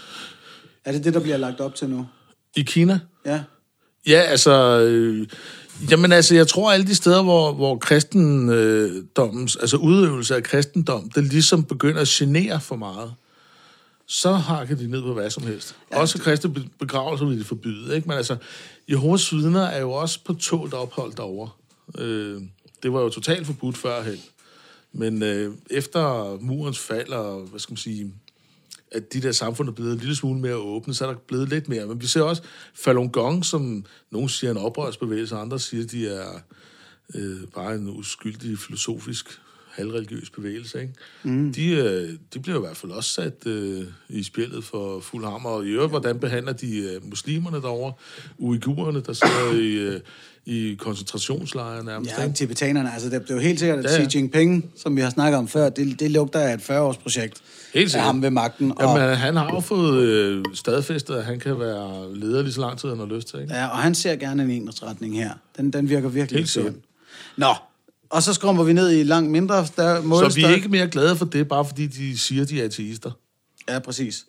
Er det det, der bliver lagt op til nu? I Kina? Ja. Ja, altså... Jamen altså, jeg tror alle de steder, hvor kristendommens, altså udøvelse af kristendom, det ligesom begynder at genere for meget, så hakker de ned på hvad som helst. Ja, også kristne begravelser vil de forbyde, ikke? Men altså, Jehovas vidner er jo også på tålt ophold derovre. Det var jo totalt forbudt førhen. Men efter murens fald, og hvad skal man sige, at de der samfund er blevet en lille smule mere åbne, så er der blevet lidt mere. Men vi ser også Falun Gong, som nogen siger en oprørsbevægelse, og andre siger, de er bare en uskyldig filosofisk halvreligiøs bevægelse, ikke? Mm. De bliver i hvert fald også sat i spjældet for fuld hammer. Og i øvrigt, hvordan behandler de muslimerne derovre, uigurerne, der sidder i koncentrationslejre nærmest? Ja, tibetanerne. Altså, det er jo helt sikkert, at Xi Jinping, som vi har snakket om før, det lugter af et 40-årsprojekt af ham ved magten. Jamen, han har jo fået stadfæstet, at han kan være leder lige så lang tid, han har lyst til, ikke? Ja, og han ser gerne en ensretning her. Den virker virkelig sådan. Nå, og så skrumper vi ned i langt mindre målestok. Så vi er ikke mere glade for det, bare fordi de siger, de er ateister. Ja, præcis.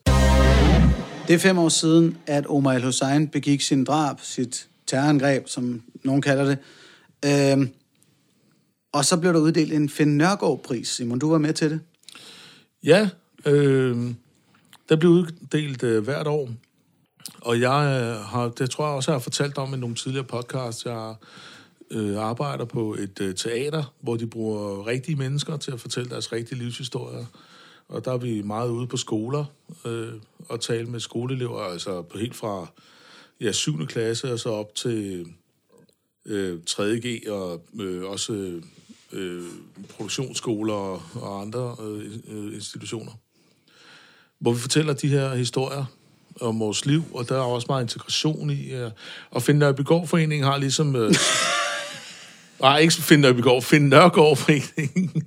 Det er 5 år siden, at Omar el-Hussein begik sin drab, sit terrorangreb, som nogen kalder det. Og så blev der uddelt en Finn Nørgaard-pris. Simon, du var med til det? Ja, der blev uddelt hvert år. Og det tror jeg også, jeg har fortalt om i nogle tidligere podcasts. Jeg arbejder på et teater, hvor de bruger rigtige mennesker til at fortælle deres rigtige livshistorier. Og der er vi meget ude på skoler og tale med skoleelever, altså helt fra 7. klasse og så op til 3.G og også produktionsskoler og andre institutioner. Hvor vi fortæller de her historier om vores liv, og der er også meget integration i. Og Finn Nørgaard-foreningen har ligesom... Nej, ikke Finn Nørgaard-foreningen.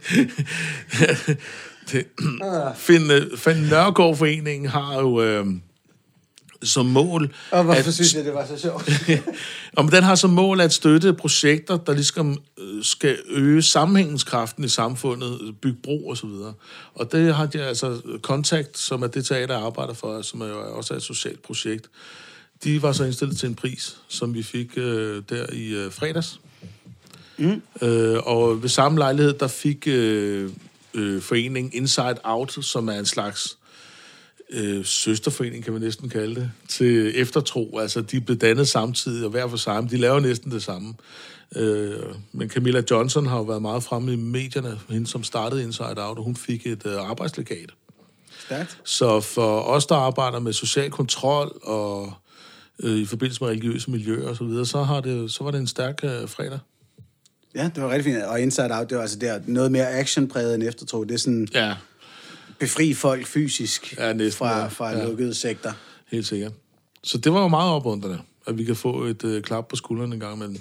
Finn Nørgaard-foreningen har jo som mål... Og hvorfor synes jeg, det var så sjovt? Og den har som mål at støtte projekter, der ligesom skal øge sammenhængskraften i samfundet, bygge bro og så videre. Og det har de altså Kontakt, som er det teater, jeg arbejder for, som er jo også et socialt projekt. De var så indstillet til en pris, som vi fik der i fredags. Mm. Og ved samme lejlighed, der fik foreningen Inside Out, som er en slags søsterforening, kan man næsten kalde det, til eftertro. Altså, de blev dannet samtidig, og hver for sig, men de laver næsten det samme. Men Camilla Johnson har jo været meget fremme i medierne, hende som startede Inside Out, og hun fik et arbejdslegat. Stærkt. Så for os, der arbejder med social kontrol og i forbindelse med religiøse miljøer og så videre, så var det en stærk fredag. Ja, det var rigtig fint. Og Inside Out, det var altså der noget mere actionpræget end eftertro. Det er sådan... Ja. Befri folk fysisk fra lukkede sekter. Helt sikkert. Så det var jo meget opmuntrende, at vi kan få et klap på skulderen en gang imellem.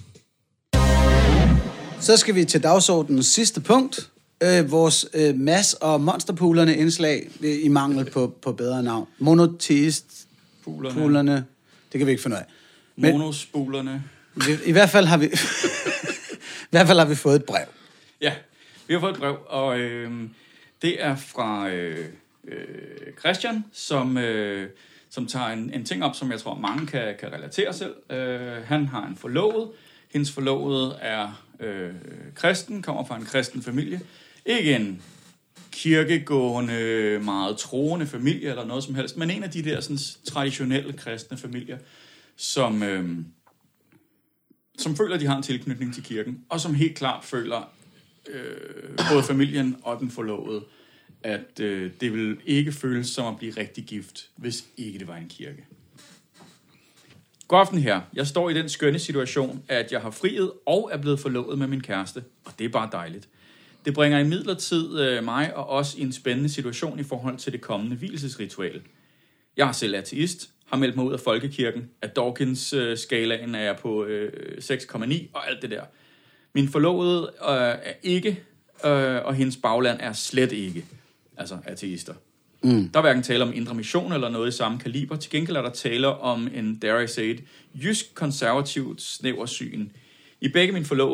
Så skal vi til dagsordenens sidste punkt. Vores Mads- og monsterpoolerne indslag i mangel på bedre navn. Monoteist-poolerne. Det kan vi ikke finde ud af. Monospolerne. I hvert fald har vi fået et brev. Ja, vi har fået et brev, og Det er fra Christian, som tager en ting op, som jeg tror, mange kan relatere selv. Han har en forlovet. Hendes forlovede er kristen, kommer fra en kristen familie. Ikke en kirkegående, meget troende familie eller noget som helst, men en af de der sådan, traditionelle kristne familier, som føler, at de har en tilknytning til kirken, og som helt klart føler, både familien og den forlovede, at det vil ikke føles som at blive rigtig gift, hvis ikke det var en kirke. God aften her. Jeg står i den skønne situation, at jeg har friet og er blevet forlovet med min kæreste, og det er bare dejligt. Det bringer imidlertid mig og os i en spændende situation i forhold til det kommende vielsesritual. Jeg er selv ateist, har meldt mig ud af folkekirken, at Dawkins-skalaen er på 6,9 og alt det der. Min forlovede er ikke, og hendes bagland er slet ikke, altså ateister. Der er hverken tale om indre mission eller noget i samme kaliber. Til gengæld er der tale om en, dare I say it, jysk konservativt snæversyn. I begge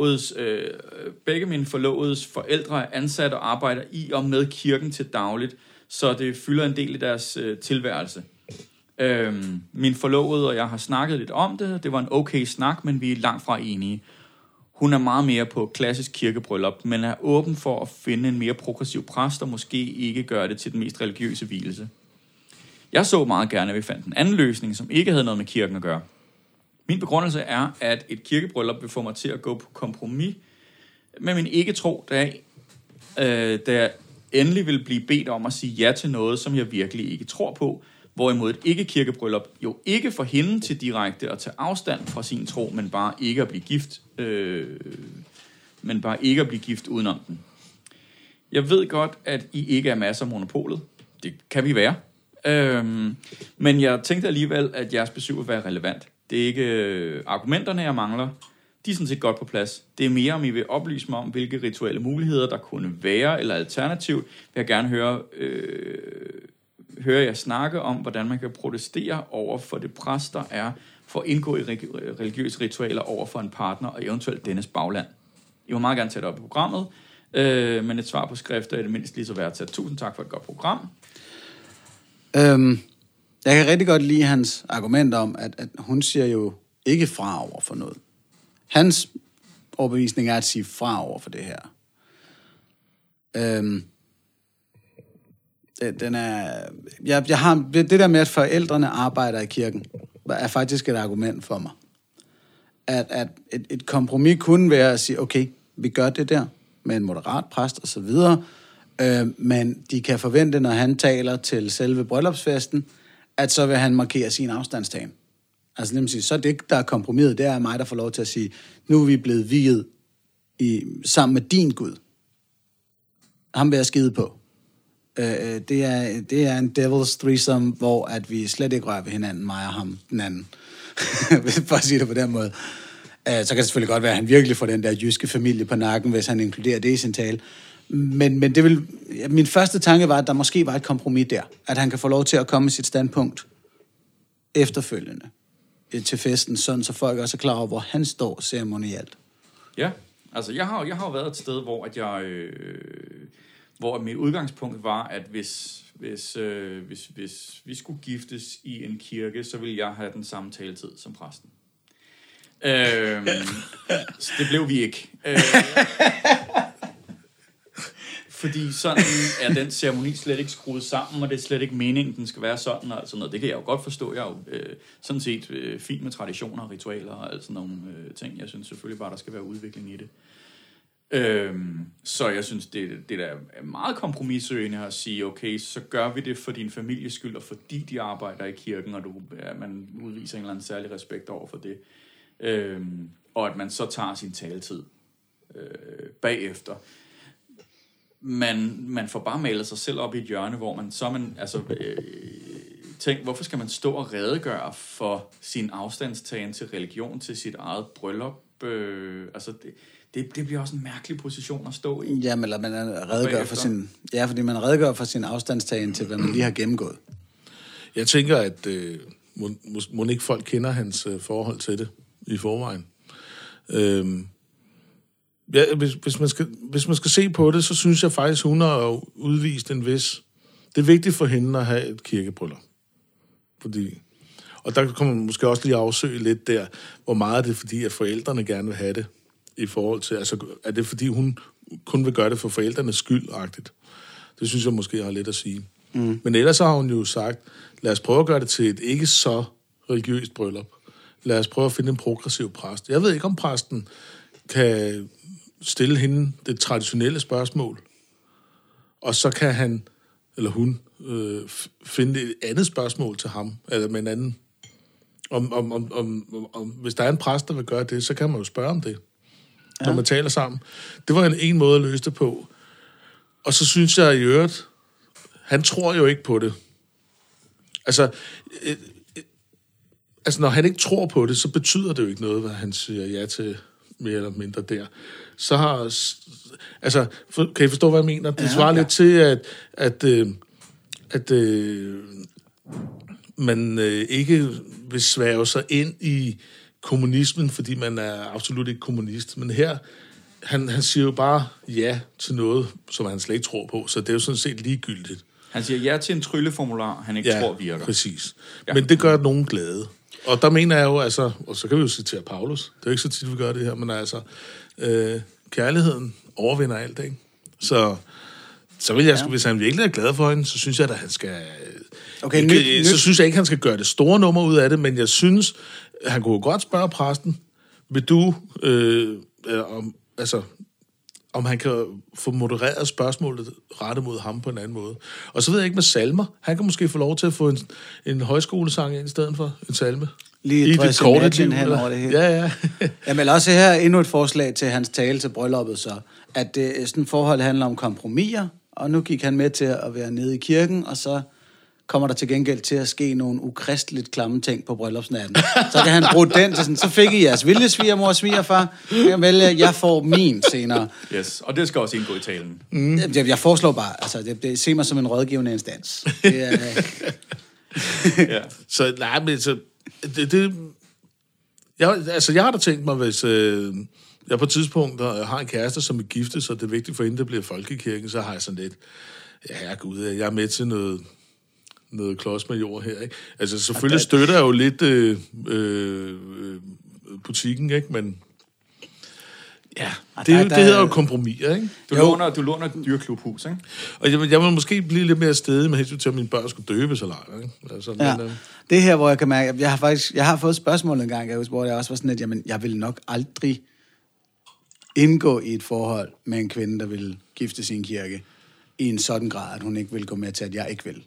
mine forlovedes forældre er ansat og arbejder i og med kirken til dagligt, så det fylder en del i deres tilværelse. Min forlovede og jeg har snakket lidt om det. Det var en okay snak, men vi er langt fra enige. Hun er meget mere på klassisk kirkebryllup, men er åben for at finde en mere progressiv præst, og måske ikke gøre det til den mest religiøse vielse. Jeg så meget gerne, at vi fandt en anden løsning, som ikke havde noget med kirken at gøre. Min begrundelse er, at et kirkebryllup vil få mig til at gå på kompromis med min ikke-tro, da jeg endelig vil blive bedt om at sige ja til noget, som jeg virkelig ikke tror på, hvorimod et ikke-kirkebryllup jo ikke får hende til direkte at tage afstand fra sin tro, men bare ikke at blive gift, udenom den. Jeg ved godt, at I ikke er masser af monopolet. Det kan vi være. Men jeg tænkte alligevel, at jeres besøg vil være relevant. Det er ikke argumenterne, jeg mangler. De er sådan set godt på plads. Det er mere, om I vil oplyse mig om, hvilke rituelle muligheder, der kunne være, eller alternativt, vil jeg gerne høre jer snakke om, hvordan man kan protestere over for det pres, der er for at indgå i religiøse ritualer over for en partner, og eventuelt dennes bagland. I må meget gerne tage det op i programmet, men et svar på skrift er det mindst lige så værdsat. Tusind tak for et godt program. Jeg kan rigtig godt lide hans argument om, at hun siger jo ikke fra over for noget. Hans overbevisning er at sige fra over for det her. Jeg har det der med, at forældrene arbejder i kirken, er faktisk et argument for mig. At et kompromis kunne være at sige, okay, vi gør det der med en moderat præst og så videre, men de kan forvente, når han taler til selve bryllupsfesten, at så vil han markere sin afstandstagen. Altså nemlig sige, så det, der er kompromiset, det er mig, der får lov til at sige, nu er vi blevet viet sammen med din Gud. Ham vil jeg skide på. Det er en devil's threesome, hvor at vi slet ikke rører ved hinanden, mig og ham, den anden. For at sige det på den måde. Så kan det selvfølgelig godt være, at han virkelig får den der jyske familie på nakken, hvis han inkluderer det i sin tale. Men det vil, min første tanke var, at der måske var et kompromis der. At han kan få lov til at komme med sit standpunkt efterfølgende til festen, sådan så folk også er klar over, hvor han står ceremonielt. Ja, altså jeg har jo været et sted, hvor mit udgangspunkt var, at hvis vi skulle giftes i en kirke, så ville jeg have den samme taletid som præsten. Så det blev vi ikke. Fordi sådan er den ceremoni slet ikke skruet sammen, og det er slet ikke meningen, den skal være sådan og sådan noget. Det kan jeg jo godt forstå. Jeg er jo sådan set fint med traditioner og ritualer og alt sådan nogle ting. Jeg synes selvfølgelig bare, der skal være udvikling i det. Så jeg synes, det der er meget kompromissøgende at sige, okay, så gør vi det for din families skyld, og fordi de arbejder i kirken, og man udviser en eller anden særlig respekt over for det. Og at man så tager sin taletid bagefter. Man får bare malet sig selv op i et hjørne, hvor man tænk, hvorfor skal man stå og redegøre for sin afstandstagen til religion, til sit eget bryllup? Det bliver også en mærkelig position at stå i. Jamen, eller man redegør for sin... Ja, fordi man redegør for sin afstandstagen til, hvad man lige har gennemgået. Jeg tænker, at må ikke folk kender hans forhold til det i forvejen. Ja, hvis man skal se på det, så synes jeg faktisk, hun har udvist en vis... Det er vigtigt for hende at have et kirkebryllup. Fordi... Og der kommer man måske også lige afsøge lidt der, hvor meget er det fordi, at forældrene gerne vil have det i forhold til... Altså, er det fordi, hun kun vil gøre det for forældrenes skyld-agtigt? Det synes jeg måske har lidt at sige. Mm. Men ellers har hun jo sagt, lad os prøve at gøre det til et ikke så religiøst bryllup. Lad os prøve at finde en progressiv præst. Jeg ved ikke, om præsten kan stille hende det traditionelle spørgsmål, og så kan han eller hun finde et andet spørgsmål til ham, eller med en anden. Hvis der er en præst, der vil gøre det, så kan man jo spørge om det, når man taler sammen. Det var en måde at løse det på. Og så synes jeg i øvrigt, han tror jo ikke på det. Altså, når han ikke tror på det, så betyder det jo ikke noget, hvad han siger ja til mere eller mindre der. Så har... Altså, kan I forstå, hvad jeg mener? Det svarer lidt til, at man ikke vil svæve sig ind i kommunismen, fordi man er absolut ikke kommunist. Men her, han siger jo bare ja til noget, som han slet ikke tror på, så det er jo sådan set ligegyldigt. Han siger ja til en trylleformular, han ikke tror virker. Præcis. Ja. Men det gør nogen glade. Og der mener jeg jo, altså, og så kan vi jo citere Paulus, det er jo ikke så tit, vi gør det her, men altså, kærligheden overvinder alt, ikke? Så vil jeg, hvis han virkelig er glad for hende, så synes jeg, at han skal... Okay, så synes jeg ikke, han skal gøre det store nummer ud af det, men jeg synes, han kunne godt spørge præsten, vil du, om han kan få modereret spørgsmålet rettet mod ham på en anden måde. Og så ved jeg ikke med salmer. Han kan måske få lov til at få en højskolesang ind i stedet for en salme. Lige et korte liv hen over det hele. Ja. Jamen også her endnu et forslag til hans tale til brylluppet så, at sådan et forhold handler om kompromiser, og nu gik han med til at være nede i kirken, og så kommer der til gengæld til at ske nogle ukristeligt klamme ting på bryllupsnatten. Så kan han bruge den til sådan, så fik I jeres vilje svigermor og svigerfar, jeg får min senere. Yes, og det skal også indgå i talen. Mm. Jeg foreslår bare, altså, det ser mig som en rådgivende instans. Det er... ja. Så nej, men så... Jeg har da tænkt mig, hvis jeg på et tidspunkt har en kæreste, som er giftet, så det er vigtigt for hende, der bliver folkekirken, så har jeg sådan lidt, jeg er med til noget klods med jord her, ikke? Altså selvfølgelig støtter jeg jo lidt butikken, ikke? Men ja, det hedder jo kompromiser, ikke? Du låner et dyrklubhus, ikke? Og jeg vil måske blive lidt mere stedig med hensyn til, at mine børn skulle døbes eller ej, ikke? Altså, ja. Det her, hvor jeg kan mærke, jeg har fået spørgsmål en gang, hvor jeg også var sådan, at jamen, jeg vil nok aldrig indgå i et forhold med en kvinde, der vil gifte sin kirke i en sådan grad, at hun ikke vil gå med til, at jeg ikke vil.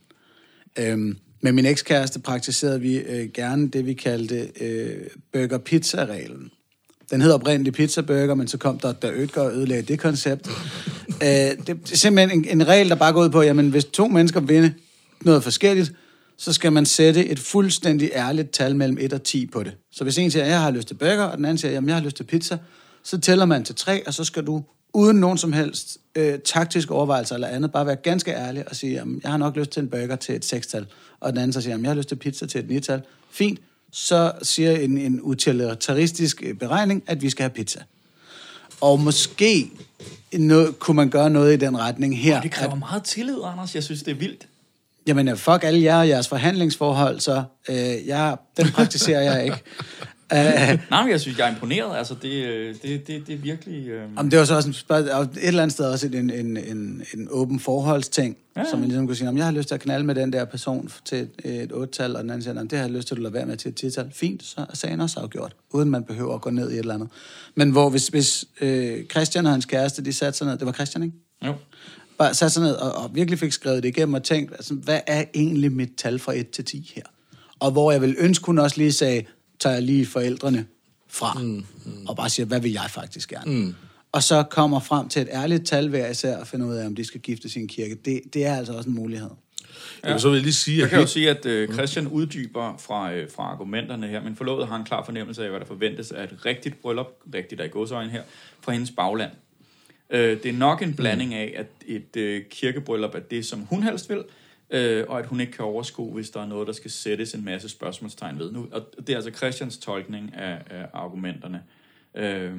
Med min ekskæreste praktiserede vi gerne det, vi kaldte burger-pizza-reglen. Den hedder oprindeligt pizza-burger, men så kom der Ødger og ødelagde det koncept. Det er simpelthen en regel, der bare går ud på, jamen hvis 2 mennesker vinder noget forskelligt, så skal man sætte et fuldstændig ærligt tal mellem 1 og 10 på det. Så hvis en siger, at jeg har lyst til burger, og den anden siger, jamen jeg har lyst til pizza, så tæller man til 3, og så skal du uden nogen som helst taktiske overvejelser eller andet, bare være ganske ærlig og sige, jamen jeg har nok lyst til en burger til et 6-tal, og den anden så siger, jamen jeg har lyst til pizza til et 9-tal. Fint, så siger en utilitaristisk beregning, at vi skal have pizza. Og måske kunne man gøre noget i den retning her. Det kræver meget tillid, Anders. Jeg synes, det er vildt. Jamen, fuck alle jer og jeres forhandlingsforhold, så den praktiserer jeg ikke. Nej, men jeg synes, jeg er imponeret. Altså, det er virkelig... Jamen, det var så også et eller andet sted også en åben forholdsting, som man ligesom kunne sige, jeg har lyst til at knalde med den der person til et 8-tal, og den anden siger, det har jeg lyst til at lade være med til et 10-tal. Fint, så er sagen også afgjort, uden man behøver at gå ned i et eller andet. Men hvor hvis Christian og hans kæreste, de satte sig ned, det var Christian, ikke? Jo. Bare satte sig ned og virkelig fik skrevet det igennem og tænkt, altså, hvad er egentlig mit tal fra 1 til 10 her? Og hvor jeg vil ønske, hun også lige sagde, tager jeg lige forældrene fra, og bare siger, hvad vil jeg faktisk gerne? Og så kommer frem til et ærligt tal hver især, og finder ud af, om de skal gifte sin kirke. Det er altså også en mulighed. Ja. Så vil jeg lige sige, jeg kan jo sige, at Christian uddyber fra argumenterne her, men forlovede har en klar fornemmelse af, hvad der forventes af et rigtigt bryllup, rigtigt der i godsøjne her, fra hendes bagland. Det er nok en blanding af, at et kirkebryllup er det, som hun helst vil, og at hun ikke kan overskue, hvis der er noget, der skal sættes en masse spørgsmålstegn ved. Og det er altså Christians tolkning af argumenterne.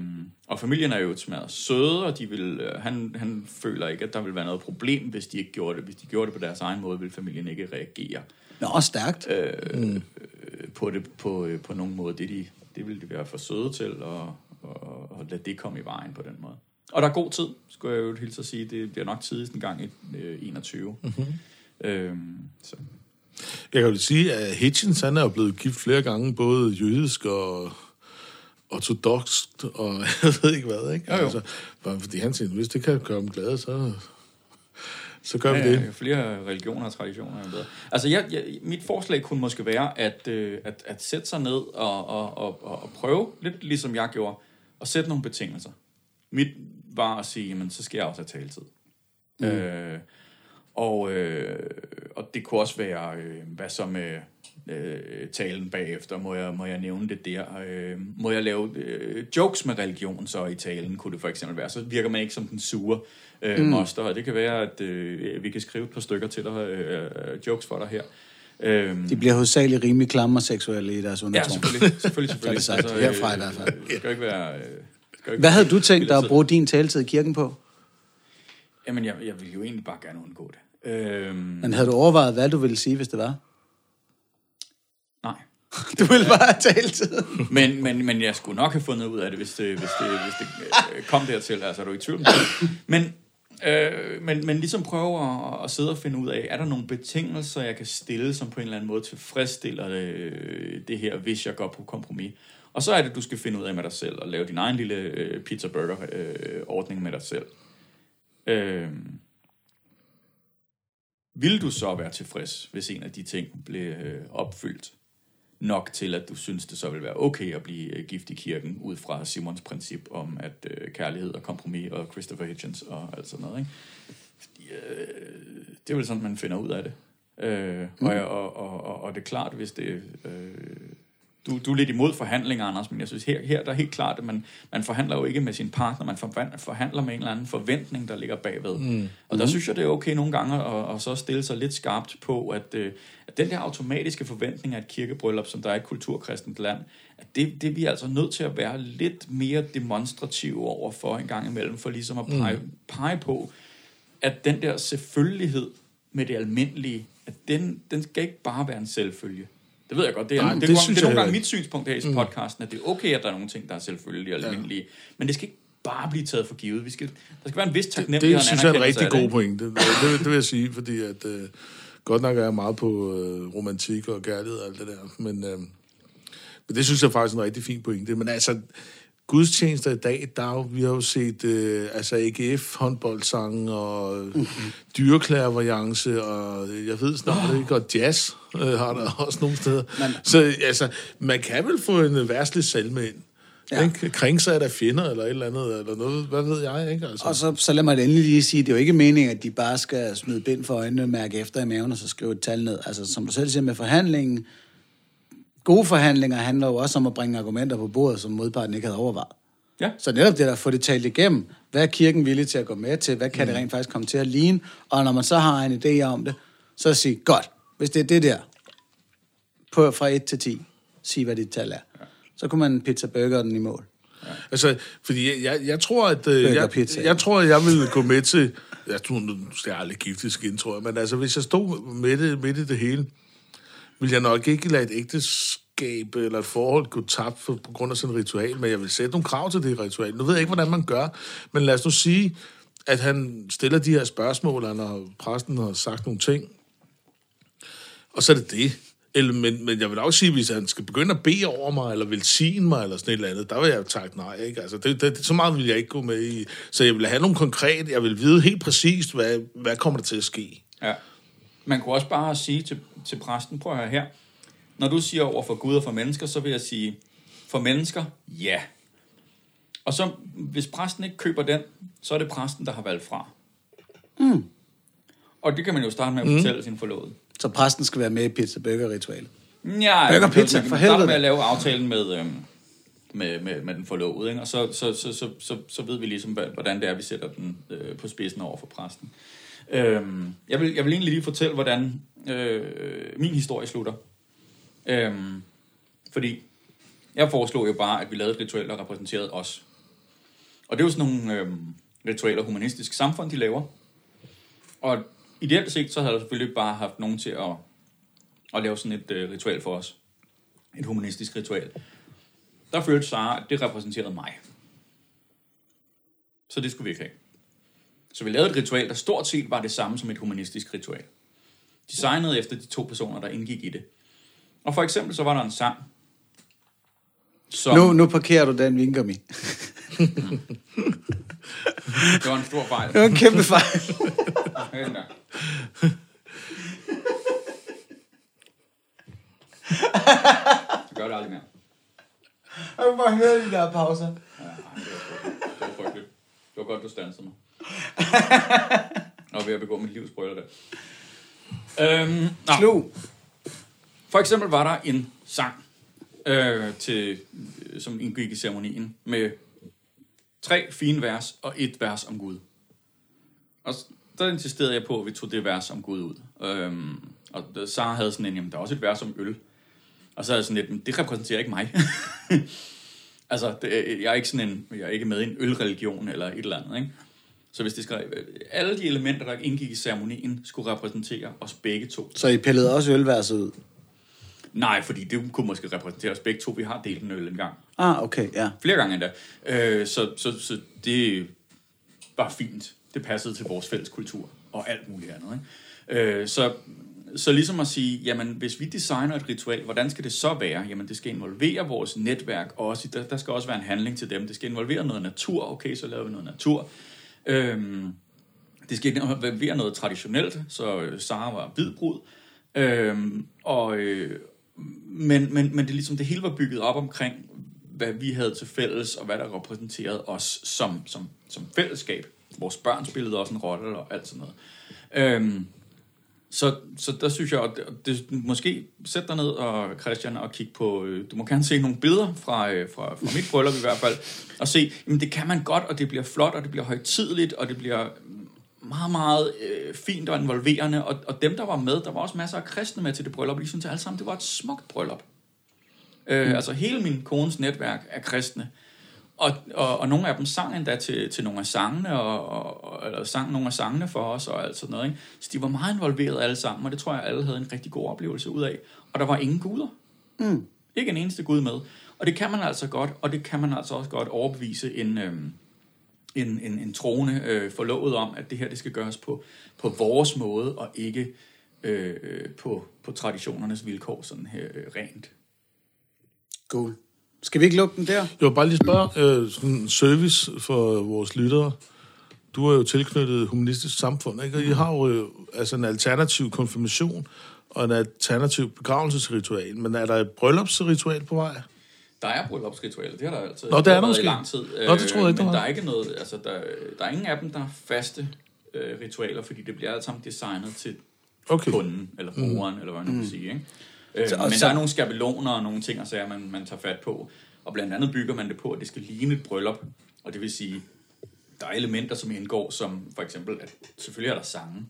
Og familien er jo smadret søde, og de vil, han føler ikke, at der vil være noget problem, hvis de ikke gjorde det. Hvis de gjorde det på deres egen måde, vil familien ikke reagere. Nå, stærkt. På nogen måde. Det vil de være for søde til, og lade det komme i vejen på den måde. Og der er god tid, skulle jeg jo hilse at sige. Det bliver nok tidligst en gang i 21. Så. Jeg kan jo sige, at Hitchens, han er jo blevet gift flere gange, både jødisk og ortodokst, og jeg ved ikke hvad, ikke? Jo. Altså, fordi han siger, hvis det kan gøre dem glade, så gør vi det. Ja, flere religioner og traditioner er bedre. Altså, mit forslag kunne måske være, at sætte sig ned og prøve, lidt ligesom jeg gjorde, og sætte nogle betingelser. Mit var at sige, jamen, så skal jeg også have taletid. Og det kunne også være, hvad så med talen bagefter, må jeg nævne det der. Må jeg lave jokes med religion så i talen, kunne det for eksempel være. Så virker man ikke som den sure moster, og det kan være, at vi kan skrive et par stykker til dig, jokes for dig her. De bliver hovedsageligt rimelig klamme og seksuelle i deres undertone. Ja, selvfølgelig. Altså, herfra i hvert fald. Det skal ikke være... Hvad havde du tænkt dig at bruge din taletid i kirken på? Jamen, jeg ville jo egentlig bare gerne undgå det. Men havde du overvejet, hvad du ville sige, hvis det var? Nej. Du ville bare have taletid. Men jeg skulle nok have fundet ud af det, hvis det kom dertil. Altså, er du i tvivl? Men ligesom prøve at sidde og finde ud af, er der nogle betingelser, jeg kan stille, som på en eller anden måde tilfredsstiller det her, hvis jeg går på kompromis. Og så er det, du skal finde ud af med dig selv, og lave din egen lille pizza-burger-ordning med dig selv. Vil du så være tilfreds, hvis en af de ting blev opfyldt nok til, at du synes, det så vil være okay at blive gift i kirken, ud fra Simons princip om, at kærlighed og kompromis og Christopher Hitchens og alt sådan noget, ikke? Det er vel sådan, man finder ud af det. Og det er klart, hvis det... Du er lidt imod forhandlinger, Anders, men jeg synes, her der er helt klart, at man forhandler jo ikke med sin partner, man forhandler med en eller anden forventning, der ligger bagved. Og der synes jeg, det er okay nogle gange at så stille sig lidt skarpt på, at den der automatiske forventning af et kirkebryllup, som der er et kulturkristent land, at det vi er altså nødt til at være lidt mere demonstrative over for en gang imellem, for ligesom at pege på, at den der selvfølgelighed med det almindelige, at den skal ikke bare være en selvfølge. Det ved jeg godt. Det er nogle gange mit synspunkt her i podcasten, at det er okay, at der er nogle ting, der er selvfølgelig og almindelige. Men det skal ikke bare blive taget for givet. Der skal være en vis taknemmelighed. Det synes jeg er en rigtig god point. Det vil jeg sige, fordi at godt nok er jeg meget på romantik og kærlighed og alt det der. Men det synes jeg faktisk er en rigtig fin pointe. Men altså, gudstjenester i dag, vi har jo set AGF håndboldsange og dyreklærvariance og jeg ved snart ikke, og jazz har der også nogle steder. Så altså, man kan vel få en værtslig salme ind. Ja. Ikke? Kring sig af der fjender eller et eller andet, eller noget, hvad ved jeg, ikke? Altså. Og så lad mig endelig lige sige, det er jo ikke meningen, at de bare skal smide bind for øjnene, mærke efter i maven og så skrive et tal ned. Altså, som du selv siger med forhandlingen, gode forhandlinger handler jo også om at bringe argumenter på bordet, som modparten ikke havde overvejet. Ja. Så netop det der, få det talt igennem. Hvad er kirken villig til at gå med til? Hvad kan det rent faktisk komme til at ligne? Og når man så har en idé om det, så sige, godt, hvis det er det der, fra 1 til 10, sig hvad dit tal er. Ja. Så kunne man pizza-burger den i mål. Ja. Altså, fordi jeg tror, at jeg tror, at jeg ville gå med til, jeg tror, nu skal jeg aldrig gifte skin, tror jeg, men altså, hvis jeg stod midt i det hele, ville jeg nok ikke lade et ægteskab eller et forhold gå tabt på grund af sådan et ritual, men jeg vil sætte nogle krav til det ritual. Nu ved jeg ikke, hvordan man gør, men lad os nu sige, at han stiller de her spørgsmål, når præsten har sagt nogle ting, og så er det det. Men jeg vil også sige, hvis han skal begynde at bede over mig, eller velsigne mig, eller sådan et eller andet, der vil jeg jo takke nej, ikke? Altså, så meget vil jeg ikke gå med i. Så jeg vil have nogle konkret, jeg vil vide helt præcist, hvad kommer der til at ske. Ja. Man kunne også bare sige til præsten, prøv at høre her, når du siger over for Gud og for mennesker, så vil jeg sige, for mennesker, ja. Og så, hvis præsten ikke køber den, så er det præsten, der har valgt fra. Og det kan man jo starte med at fortælle sin forlovede. Så præsten skal være med i pizza-burger-ritualet? Ja, burger-pizza, for helvede. Man starter med at lave aftalen med den forlovede, ikke? Og så ved vi ligesom, hvordan det er, vi sætter den på spidsen over for præsten. Jeg vil egentlig lige fortælle, hvordan min historie slutter. Fordi jeg foreslog jo bare, at vi lavede et ritual, der repræsenterede os. Og det er jo sådan nogle ritualer, humanistisk samfund, de laver. Og ideelt set, så havde der selvfølgelig bare haft nogen til at lave sådan et ritual for os. Et humanistisk ritual. Der følte Sara, at det repræsenterede mig. Så det skulle vi ikke have. Så vi lavede et ritual, der stort set var det samme som et humanistisk ritual. Designet efter de 2 personer, der indgik i det. Og for eksempel så var der en sang, som... Nu parkerer du den vingummi. Det var en stor fejl. Det var en kæmpe fejl. Så gør det aldrig mere. Jeg vil bare høre de der pauser. Ja, det var frygteligt. Det var godt, du standsede mig. Og ved at begå mit livs brøler der. Slug. For eksempel var der en sang, som indgik i ceremonien, med 3 fine vers og 1 vers om Gud. Og der insisterede jeg på, at vi tog det vers om Gud ud. Og Sara havde sådan en, jamen der er også et vers om øl. Og så havde jeg sådan lidt, men det repræsenterer ikke mig. Altså, jeg er ikke med i en ølreligion eller et eller andet, ikke? Så hvis det skal, alle de elementer, der indgik i ceremonien, skulle repræsentere os begge 2. Så I pillede også ølverset ud? Nej, fordi det kunne måske repræsentere os begge 2. Vi har delt en øl en gang. Okay, ja. Flere gange endda. Så det var fint. Det passede til vores fælles kultur og alt muligt andet, ikke? Så ligesom at sige, jamen hvis vi designer et ritual, hvordan skal det så være? Jamen det skal involvere vores netværk også. Der skal også være en handling til dem. Det skal involvere noget natur. Okay, så laver vi noget natur. Det skal involvere noget traditionelt, så Sara var hvidbrud. Men det ligesom det hele var bygget op omkring, hvad vi havde til fælles, og hvad der repræsenterede os som fællesskab. Vores børn spillede også en rolle, og alt sådan noget. Så der synes jeg, at det måske sæt dig ned, og Christian, og kigge på, du må gerne se nogle billeder fra mit bryllup i hvert fald, og se, jamen det kan man godt, og det bliver flot, og det bliver højtideligt, og det bliver meget, meget fint og involverende, og dem, der var med, der var også masser af kristne med til det bryllup, og de synes alle sammen, det var et smukt bryllup. Altså hele min kones netværk er kristne, og nogle af dem sang endda til nogle af sangene, eller sang nogle af sangene for os, og alt sådan noget, ikke? Så de var meget involveret alle sammen, og det tror jeg, alle havde en rigtig god oplevelse ud af. Og der var ingen guder. Ikke en eneste gud med. Og det kan man altså godt, og det kan man altså også godt overbevise en troende forlovet om, at det her, det skal gøres på vores måde, og ikke på traditionernes vilkår, sådan her rent. Cool. Skal vi ikke lukke den der? Jeg vil bare lige spørge, sådan service for vores lyttere. Du er jo tilknyttet Humanistisk Samfund, ikke? Og I har jo altså en alternativ konfirmation og en alternativ begravelsesritual. Men er der et bryllupsritual på vej? Der er bryllupsritualer, det har der altid. Nå, det er der måske. I lang tid. Nå, det tror jeg ikke, men der er ikke noget, altså der er ingen af dem, der er faste ritualer, fordi det bliver alt sammen designet til kunden, eller brugeren, eller hvad man kan sige, ikke? Men der er nogle skabeloner og nogle ting, og sager, man tager fat på. Og blandt andet bygger man det på, at det skal ligne et bryllup. Og det vil sige, der er elementer, som indgår, som for eksempel, at selvfølgelig er der sange.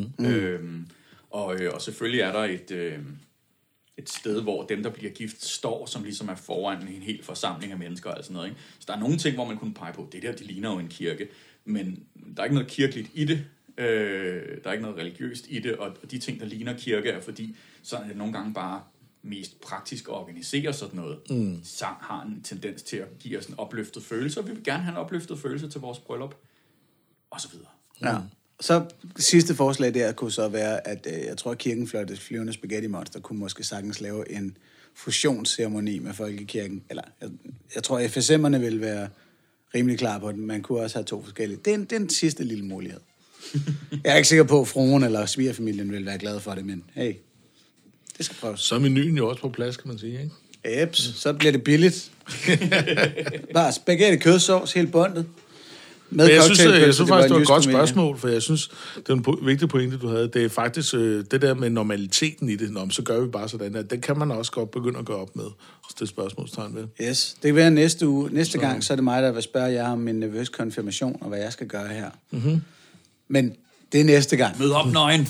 Og selvfølgelig er der et sted, hvor dem, der bliver gift, står, som ligesom er foran en hel forsamling af mennesker og sådan noget, ikke? Så der er nogle ting, hvor man kunne pege på, det der, det ligner jo en kirke. Men der er ikke noget kirkeligt i det. Der er ikke noget religiøst i det, og de ting, der ligner kirke, er fordi, sådan er det nogle gange bare mest praktisk at organisere sådan noget. Sang har en tendens til at give os en opløftet følelse, og vi vil gerne have en opløftet følelse til vores bryllup, og så videre. Ja. Så sidste forslag der kunne så være, at jeg tror, at kirken fløjte flyvende spaghetti monster kunne måske sagtens lave en fusionsceremoni med folkekirken. Eller jeg tror, at FSM'erne vil være rimelig klar på den. Man kunne også have 2 forskellige. Det er den sidste lille mulighed. Jeg er ikke sikker på, at fruen eller svigerfamilien vil være glad for det, men hey, det skal prøves. Så er menuen jo også på plads, kan man sige, ikke? Eps, så bliver det billigt. Bare spaghetti, kødsovs, helt bundet. Jeg synes faktisk, det var et godt spørgsmål, for jeg synes, det er en vigtig pointe, du havde. Det er faktisk det der med normaliteten i det. Så gør vi bare sådan, at det kan man også godt begynde at gøre op med. Så det er spørgsmålstegn ved. Yes, det kan være næste uge. Næste gang, så er det mig, der vil spørge jer om min nervøs konfirmation, og hvad jeg skal gøre her. Men det er næste gang. Mød op nøgen.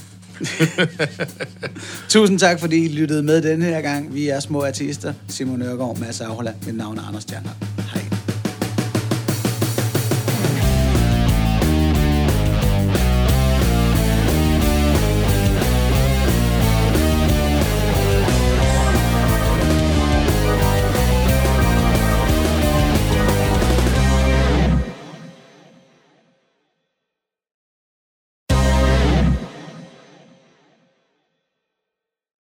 Tusind tak, fordi I lyttede med denne her gang. Vi er små artister. Simon Nørgaard, Mads Aula. Mit navn er Anders Stjernhardt. Hej.